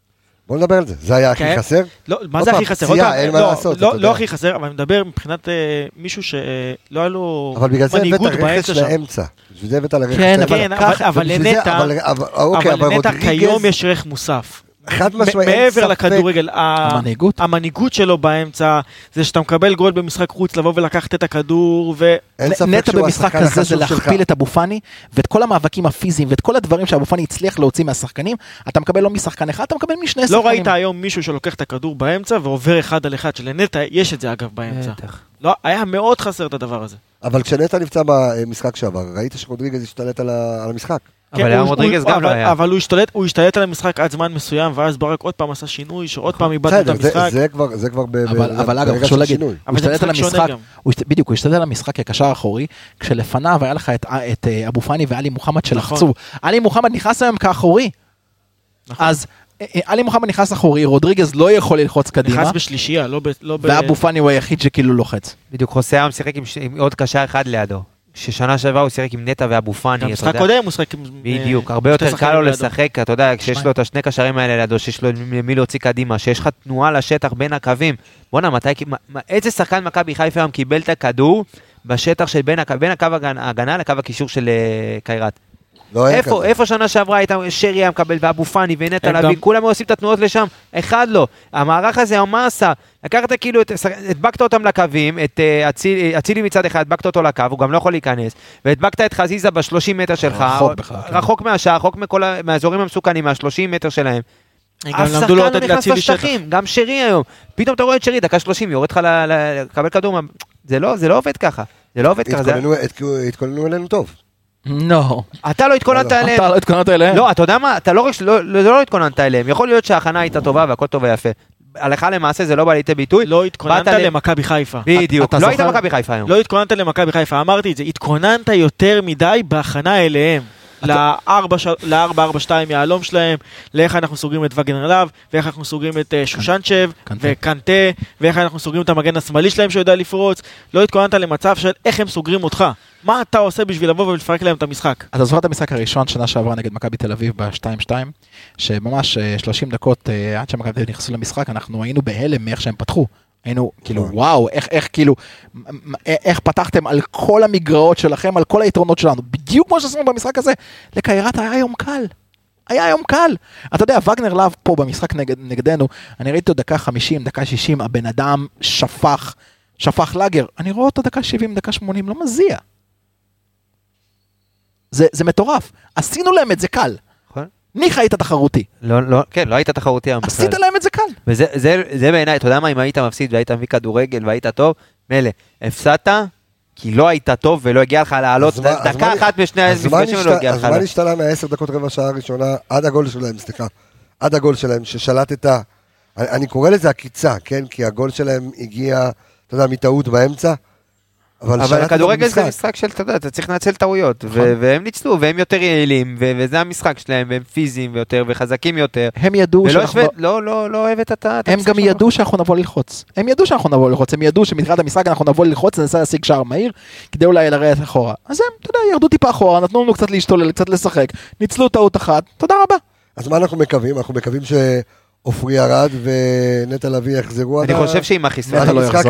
בוא נדבר על זה, זה היה הכי חסר? לא, מה זה הכי חסר? פציעה, אין מה לעשות. לא הכי חסר, אבל אני מדבר מבחינת מישהו שלא היה לו מנהיגות באמצע שם. אבל בגלל זה הבאת רכש לאמצע. בשביל זה הבאת לרכש כן, אבל לנטע, אבל לנטע כיום יש ערך מוסף. מעבר לכדורגל, המנהיגות המנהיגות שלו באמצע, זה שאתה מקבל גול במשחק חוץ, לבוא ולקחת את הכדור, נטע במשחק הזה זה להכפיל את אבו פאני, ואת כל המאבקים הפיזיים, ואת כל הדברים שאבו פאני הצליח להוציא מהשחקנים, אתה מקבל לא משחקן אחד, אתה מקבל משני שחקנים. לא ראית היום מישהו שלוקח את הכדור באמצע, ועובר אחד על אחד, שלנטע יש את זה אגב באמצע. לא, היה מאוד חסר את הדבר הזה. אבל כשנטע נפצע במשחק שעבר, ראית שרודריגז השתלט על המשחק? אבל היה רודריגז גם לא היה. אבל הוא השתלט על המשחק עד זמן מסוים, ואז ברק עוד פעם עשה שינוי, שעוד פעם איבדנו את המשחק. זה כבר אבל אגב, חשוב להגיד, הוא השתלט על המשחק, בדיוק, הוא השתלט על המשחק כקשר אחורי, כשלפניו היה לך את אבו פאני ואלי מוחמד שלחצו. אלי מוחמד נכנס היום כאחורי. אז אלי מוחמד נכנס אחורי, רודריגז לא יכול ללחוץ קדימה. נכנס בשלישייה, לא ב... ואבו פאני הוא היחיד שכאילו לוחץ. בדיוק, חוסה היום שיחק עם עוד קשר אחד לידו. ששנה שעברה הוא שיחק עם נטע ואבו פאני. המשחק קודם הוא שיחק עם... בדיוק, הרבה יותר קל לו לשחק, אתה יודע, כשיש לו את השני קשרים האלה לידו, שיש לו מי להוציא קדימה, שיש לך תנועה לשטח בין הקווים. בוא'נה, מתי... איזה שחקן מכבי חיפה היום קיבל את הכדור בשטח של בין הקו ההגנה לקו הקישור של קיירת? איפה, איפה שנה שעברה הייתה שרי היה מקבל ואבו פאני ונטע לביא, כולם עושים את התנועות לשם, אחד לא. המערך הזה, מה עשה? לקחת כאילו, הדבקת אותם לקווים, את אצילי מצד אחד, הדבקת אותו לקו, הוא גם לא יכול להיכנס, והדבקת את חזיזה בשלושים מטר שלך, רחוק מהשעה, רחוק מהאזורים המסוכנים, מהשלושים מטר שלהם. אף שחקן לא נכנס לשטחים, גם שרי היום. פתאום אתה רואה את שרי, דקה שלושים, יורד לך לקבל כדור, זה לא עובד ככה. זה לא עובד ככה. התכוננו אלינו טוב. לא. אתה לא התכוננת אליהם. אתה לא התכוננת אליהם. לא, אתה יודע מה? אתה לא התכוננת אליהם. יכול להיות שההכנה הייתה טובה והכל טוב ויפה. הלכה למעשה זה לא בא לידי ביטוי. לא התכוננת למכבי חיפה. בדיוק. לא היית מכבי חיפה היום. לא התכוננת למכבי חיפה. אמרתי את זה. התכוננת יותר מדי בהכנה אליהם. ל-ארבע ארבע שתיים יעלום שלהם, לאיך אנחנו סוגרים את וגנר לב, ואיך אנחנו סוגרים את שושנצ'ב, וקנטה, ואיך אנחנו סוגרים את המגן השמאלי שלהם שיודע לפרוץ. לא התכוננת למצב של איך הם סוגרים אותך. מה אתה עושה בשביל לבוא ולפרק להם את המשחק? אתה זוכר את המשחק הראשון שנה שעברה נגד מכבי תל אביב ב-שתיים שתיים, שממש שלושים דקות עד שמכבי תל אביב נכנסו למשחק, אנחנו היינו בהלם מאיך שהם פתחו. היינו כאילו וואו, איך, איך כאילו, איך פתחתם על כל המגרעות שלכם, על כל היתרונות שלנו, בדיוק כמו שעשינו במשחק הזה, לקיירת היה יום קל, היה יום קל. אתה יודע, וגנר לב פה במשחק נגד, נגדנו, אני ראיתי אותו דקה חמישים, דקה שישים, הבן אדם שפך, שפך לגר, אני רואה אותו דקה שבעים, דקה שמונים, לא מזיע. זה, זה מטורף, עשינו להם את זה קל. ניחא היית תחרותי. לא, לא, כן, לא היית תחרותי. עשית להם את זה קל. וזה, זה, זה בעיניי, אתה יודע מה, אם היית מפסיד והיית מביא כדורגל והיית טוב, מלא, הפסדת, כי לא היית טוב ולא הגיע לך לעלות, דקה אחת משני המפגשים ולא הגיע לך. אז מה נשתלה מהעשר דקות רבע שעה הראשונה, עד הגול שלהם, סליחה, עד הגול שלהם, ששלטת, אני קורא לזה הקיצה, כן, כי הגול שלהם הגיע, אתה יודע, מטעות באמצע, אבל הכדורגל זה משחק של, אתה יודע, אתה צריך לנצל טעויות, והם ניצלו, והם יותר יעילים, וזה המשחק שלהם, והם פיזיים יותר, וחזקים יותר. הם ידעו שאנחנו... לא, לא, לא אוהבת אתה... הם גם ידעו שאנחנו נבוא ללחוץ. הם ידעו שאנחנו נבוא ללחוץ, הם ידעו שמתחילת המשחק אנחנו נבוא ללחוץ, ננסה להשיג שער מהיר, כדי אולי לרדת אחורה. אז הם, אתה יודע, ירדו טיפה אחורה, נתנו לנו קצת להשתולל, קצת לשחק, ניצלו טעות אחת, תודה רבה. אז מה אנחנו מקווים? אנחנו מקווים שעופרי ירד ונטע לביא יחזרו אני חושב שעם החיסון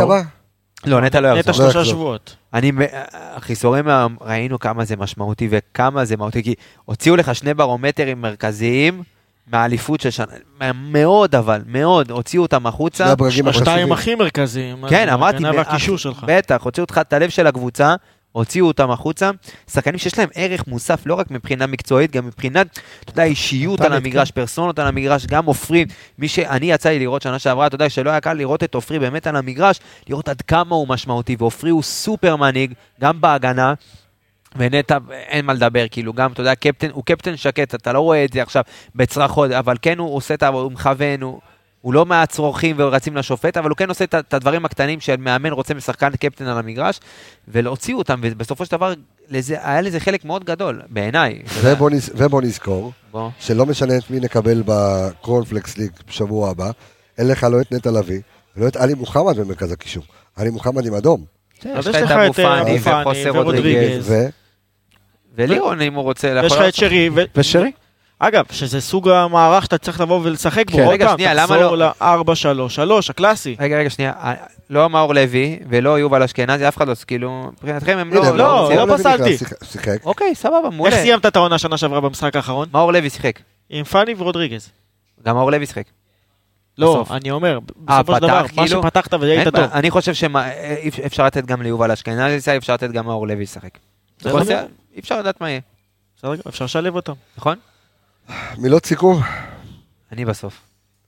לא, נטע לא יחזור. נטע שלושה שבועות. אני, החיסורים ראינו כמה זה משמעותי וכמה זה מהותי, כי הוציאו לך שני ברומטרים מרכזיים מהאליפות של שנה, מאוד אבל, מאוד, הוציאו אותם החוצה. השתיים הכי מרכזיים. כן, אמרתי, בטח, הוציאו אותך את הלב של הקבוצה, הוציאו אותם החוצה, שחקנים שיש להם ערך מוסף, לא רק מבחינה מקצועית, גם מבחינת, אתה יודע, אישיות על המגרש, פרסונות על המגרש, גם עופרי, מי שאני יצא לי לראות שנה שעברה, אתה יודע, שלא היה קל לראות את עופרי באמת על המגרש, לראות עד כמה הוא משמעותי, ועופרי הוא סופר מנהיג, גם בהגנה, ונטע, אין מה לדבר, כאילו, גם, אתה יודע, קפטן, הוא קפטן שקט, אתה לא רואה את זה עכשיו בצרחות, אבל כן הוא עושה את העבודה, הוא מכוון, הוא... הוא לא מהצרוכים ורצים לשופט, אבל הוא כן עושה את הדברים הקטנים שמאמן רוצה משחקן קפטן על המגרש, ולהוציאו אותם, ובסופו של דבר היה לזה חלק מאוד גדול, בעיניי. ובוא נזכור, שלא משנה את מי נקבל בקורנפלקס ליג בשבוע הבא, אין לך לא את נטע לביא, ולא את אלי מוחמד במרכז הקישור. אלי מוחמד עם אדום. יש לך את אבו פאני וחוסר רודריגז. ולירון אם הוא רוצה. יש לך את שרי. ושרי? אגב, שזה סוג המערך שאתה צריך לבוא ולשחק בו, רגע, שנייה, למה לא? ל-ארבע שלוש שלוש, הקלאסי. רגע, רגע, שנייה, לא מאור לוי ולא יובל אשכנזי, אף אחד לא, כאילו, מבחינתכם הם לא... לא, לא פסלתי. אוקיי, סבבה, מעולה. איך סיימת את העונה שנה שעברה במשחק האחרון? מאור לוי שיחק. עם פאני ורודריגז. גם מאור לוי שיחק. לא, אני אומר, בסופו של דבר, מה שפתחת והיית טוב. אני חושב שאפשר לתת גם ליובל אשכנזי, אפשר לתת גם מאור לוי לשחק. אפשר לדעת מה יהיה. אפשר לשלב אותם. נכון? מילות סיכום? אני בסוף.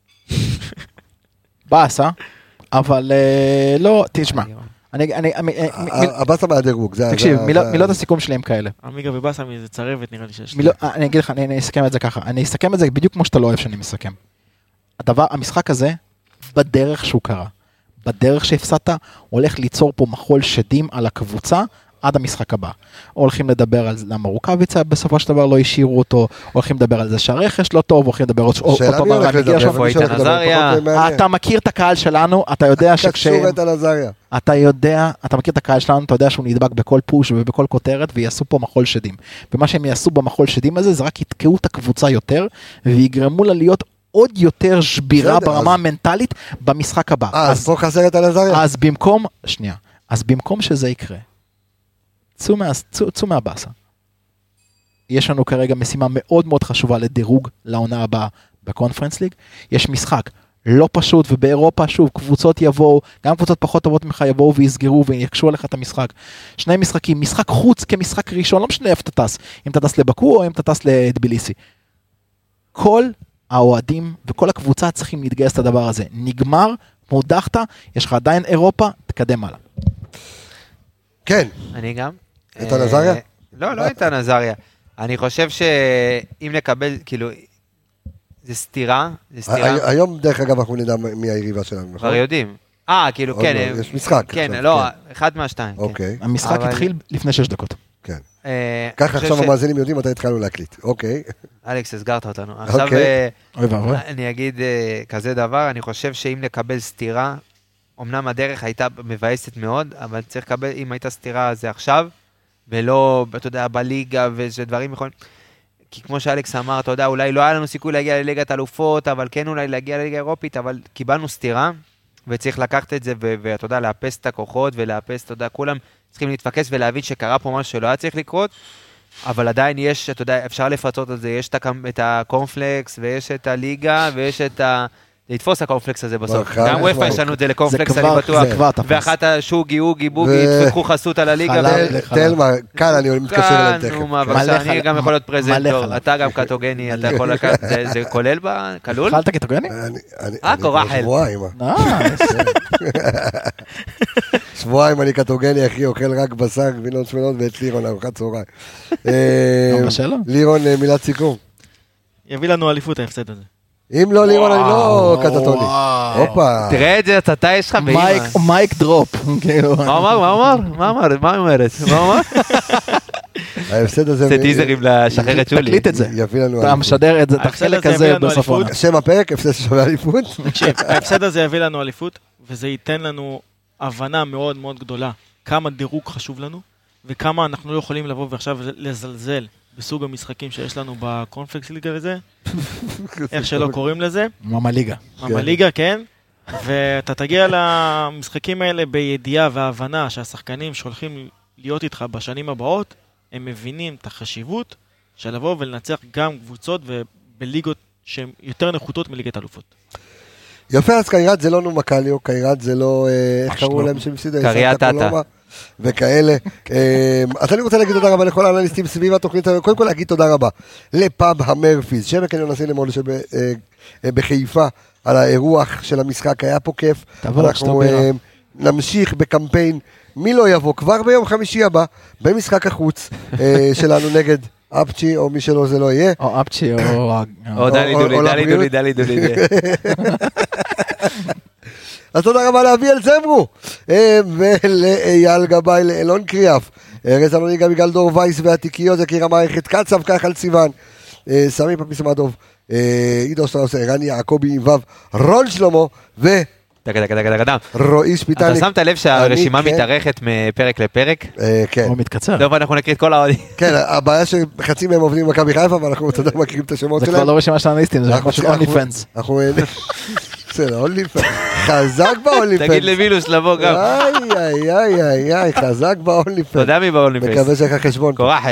באסה, אבל לא, תשמע. הבאסה מהדירוג. תקשיב, מילות הסיכום שלי הם כאלה. עמיגה ובאסה מאיזה צרבת נראה לי שיש. אני אגיד לך, אני אסכם את זה ככה. אני אסכם את זה בדיוק כמו שאתה לא אוהב שאני מסכם. הדבר, המשחק הזה, בדרך שהוא קרה, בדרך שהפסדת, הולך ליצור פה מחול שדים על הקבוצה, עד המשחק הבא. הולכים לדבר על למה רוקאביצה בסופו של דבר לא השאירו אותו, הולכים לדבר על זה שהרכש לא טוב, הולכים לדבר אותו דבר, אתה מכיר את הקהל שלנו, אתה יודע שכש... אתה יודע, אתה מכיר את הקהל שלנו, אתה יודע שהוא נדבק בכל פוש ובכל כותרת, ויעשו פה מחול שדים. ומה שהם יעשו במחול שדים הזה, זה רק יתקעו את הקבוצה יותר, ויגרמו לה להיות עוד יותר שבירה ברמה המנטלית במשחק הבא. אז פה חסרת על עזריה. אז במקום, שנייה, אז במקום שזה יקרה, צאו, מה, צאו, צאו מהבאסה. יש לנו כרגע משימה מאוד מאוד חשובה לדירוג לעונה הבאה בקונפרנס ליג. יש משחק לא פשוט, ובאירופה שוב קבוצות יבואו, גם קבוצות פחות טובות ממך יבואו ויסגרו ויקשו עליך את המשחק. שני משחקים, משחק חוץ כמשחק ראשון, לא משנה איפה אתה טס, אם אתה טס לבקו או אם אתה טס לדביליסי. כל האוהדים וכל הקבוצה צריכים להתגייס את הדבר הזה. נגמר, מודחת, יש לך עדיין אירופה, תקדם הלאה. כן. אני גם. איתן עזריה? לא, לא איתן עזריה. אני חושב שאם נקבל, כאילו, זה סתירה, זה סתירה. היום דרך אגב אנחנו נדע מי היריבה שלנו, כבר יודעים. אה, כאילו, כן. יש משחק. כן, לא, אחד מהשתיים. אוקיי. המשחק התחיל לפני שש דקות. כן. ככה עכשיו המאזינים יודעים מתי התחלנו להקליט. אוקיי. אלכס, הסגרת אותנו. עכשיו, אני אגיד כזה דבר, אני חושב שאם נקבל סתירה, אמנם הדרך הייתה מבאסת מאוד, אבל צריך לקבל, אם הייתה סתירה זה עכשיו, ולא, אתה יודע, בליגה ודברים יכולים, כי כמו שאלכס אמר, אתה יודע, אולי לא היה לנו סיכוי להגיע לליגת אלופות, אבל כן אולי להגיע לליגה אירופית, אבל קיבלנו סתירה, וצריך לקחת את זה, ואתה יודע, לאפס את הכוחות, ולאפס, אתה יודע, כולם צריכים להתפקס ולהבין שקרה פה משהו שלא היה צריך לקרות, אבל עדיין יש, אתה יודע, אפשר לפצות על זה, יש את הקונפלקס, ויש את הליגה, ויש את ה... לתפוס הקונפלקס הזה בסוף. גם וופא יש לנו את זה לקונפלקס, אני בטוח. ואחת השוגי, אוגי, בוגי, תפקחו חסות על הליגה. תלמה, כאן אני מתקשר אליהם תכף. כאן, מה, בבקשה, אני גם יכול להיות פרזנטור. אתה גם קטוגני, אתה יכול לקחת, זה כולל בה? כלול? אכלת קטוגני? אה, קורחל. שבועיים. שבועיים אני קטוגני, אחי, אוכל רק בשר, גבינות שמנות, ואת לירון, ארוחת צהריים. לירון, מילת סיכום. יביא לנו אליפות ההפסד הזה. אם לא לירון אני לא קטטוני. הופה. תראה את זה, הצטה יש לך באמא. מייק דרופ. מה אמר? מה אמר? מה אמר? מה אומרת? מה אמר? ההפסד הזה... זה טיזרים לשחררת שולי. תקליט את זה. יביא לנו אתה משדר את זה, את החלק הזה בסופו. שם הפרק, הפסד שווה אליפות. ההפסד הזה יביא לנו אליפות, וזה ייתן לנו הבנה מאוד מאוד גדולה, כמה דירוג חשוב לנו, וכמה אנחנו לא יכולים לבוא ועכשיו לזלזל. בסוג המשחקים שיש לנו בקונפלקס ליגה לזה, איך שלא קוראים לזה. מאמה ליגה. מאמה ליגה, כן. ואתה תגיע למשחקים האלה בידיעה והבנה שהשחקנים שהולכים להיות איתך בשנים הבאות, הם מבינים את החשיבות של לבוא ולנצח גם קבוצות ובליגות שהן יותר נחותות מליגת אלופות. יפה, אז קיירת זה לא נומקליו, קיירת זה לא, איך קראו להם שמסידה? קריית טאטה. וכאלה. אז אני רוצה להגיד תודה רבה לכל האנליסטים סביב התוכנית, קודם כל להגיד תודה רבה לפאב המרפיז, שבקניון נוסעים למול שבחיפה, על האירוח של המשחק, היה פה כיף. אנחנו נמשיך בקמפיין, מי לא יבוא כבר ביום חמישי הבא, במשחק החוץ שלנו נגד אפצ'י, או מי שלא זה לא יהיה. או אפצ'י, או... או דלי דולי, דלי דולי, דלי דולי. אז תודה רבה לאביאל זמרו, ולאייל גבאי, לאלון קריאף, ארז אלוני גם יגאל דור וייס והתיקיות, יקיר המערכת קצב, כך על סיוון, סמי פפיס מדוב, עידו שטראוס, ערן יעקבי עם וו, רון שלמה, ו... דקה, דקה, דקה, דקה. רועי שפיטל. אתה שמת לב שהרשימה מתארכת מפרק לפרק? כן. הוא מתקצר. טוב, אנחנו נקריא את כל העודים. כן, הבעיה שחצי מהם עובדים במכבי חיפה, ואנחנו אתה יודע, מכירים את השמות זה שלהם. כבר לא רשימה של אנליסטים, זה כמו של אונלי פנס. אנחנו... בסדר, אונלי פנס. חזק באונלי פנס. תגיד לבילוש לבוא גם. איי, איי, איי, איי, איי, חזק באונלי פנס. אתה יודע מי באונלי פנס? מקווה שיש לך חשבון. קורחל.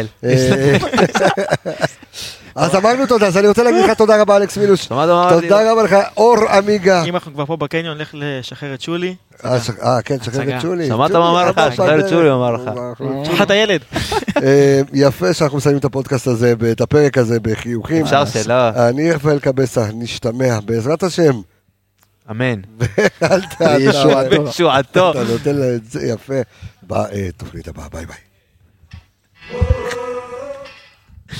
אז אמרנו תודה, אז אני רוצה להגיד לך תודה רבה אלכס מילוש. תודה רבה לך, אור עמיגה. אם אנחנו כבר פה בקניון, לך לשחרר את שולי. אה, כן, שחרר את שולי. שמעת מה אמר לך? שחרר את שולי, אמר לך. שחרר את הילד. יפה שאנחנו מסיימים את הפודקאסט הזה, את הפרק הזה בחיוכים. אפשר שלא. אני רפאל קבסה, נשתמע, בעזרת השם. אמן. בישועתו. בישועתו. אתה נותן לה את זה יפה. בתוכנית הבאה, ביי ביי.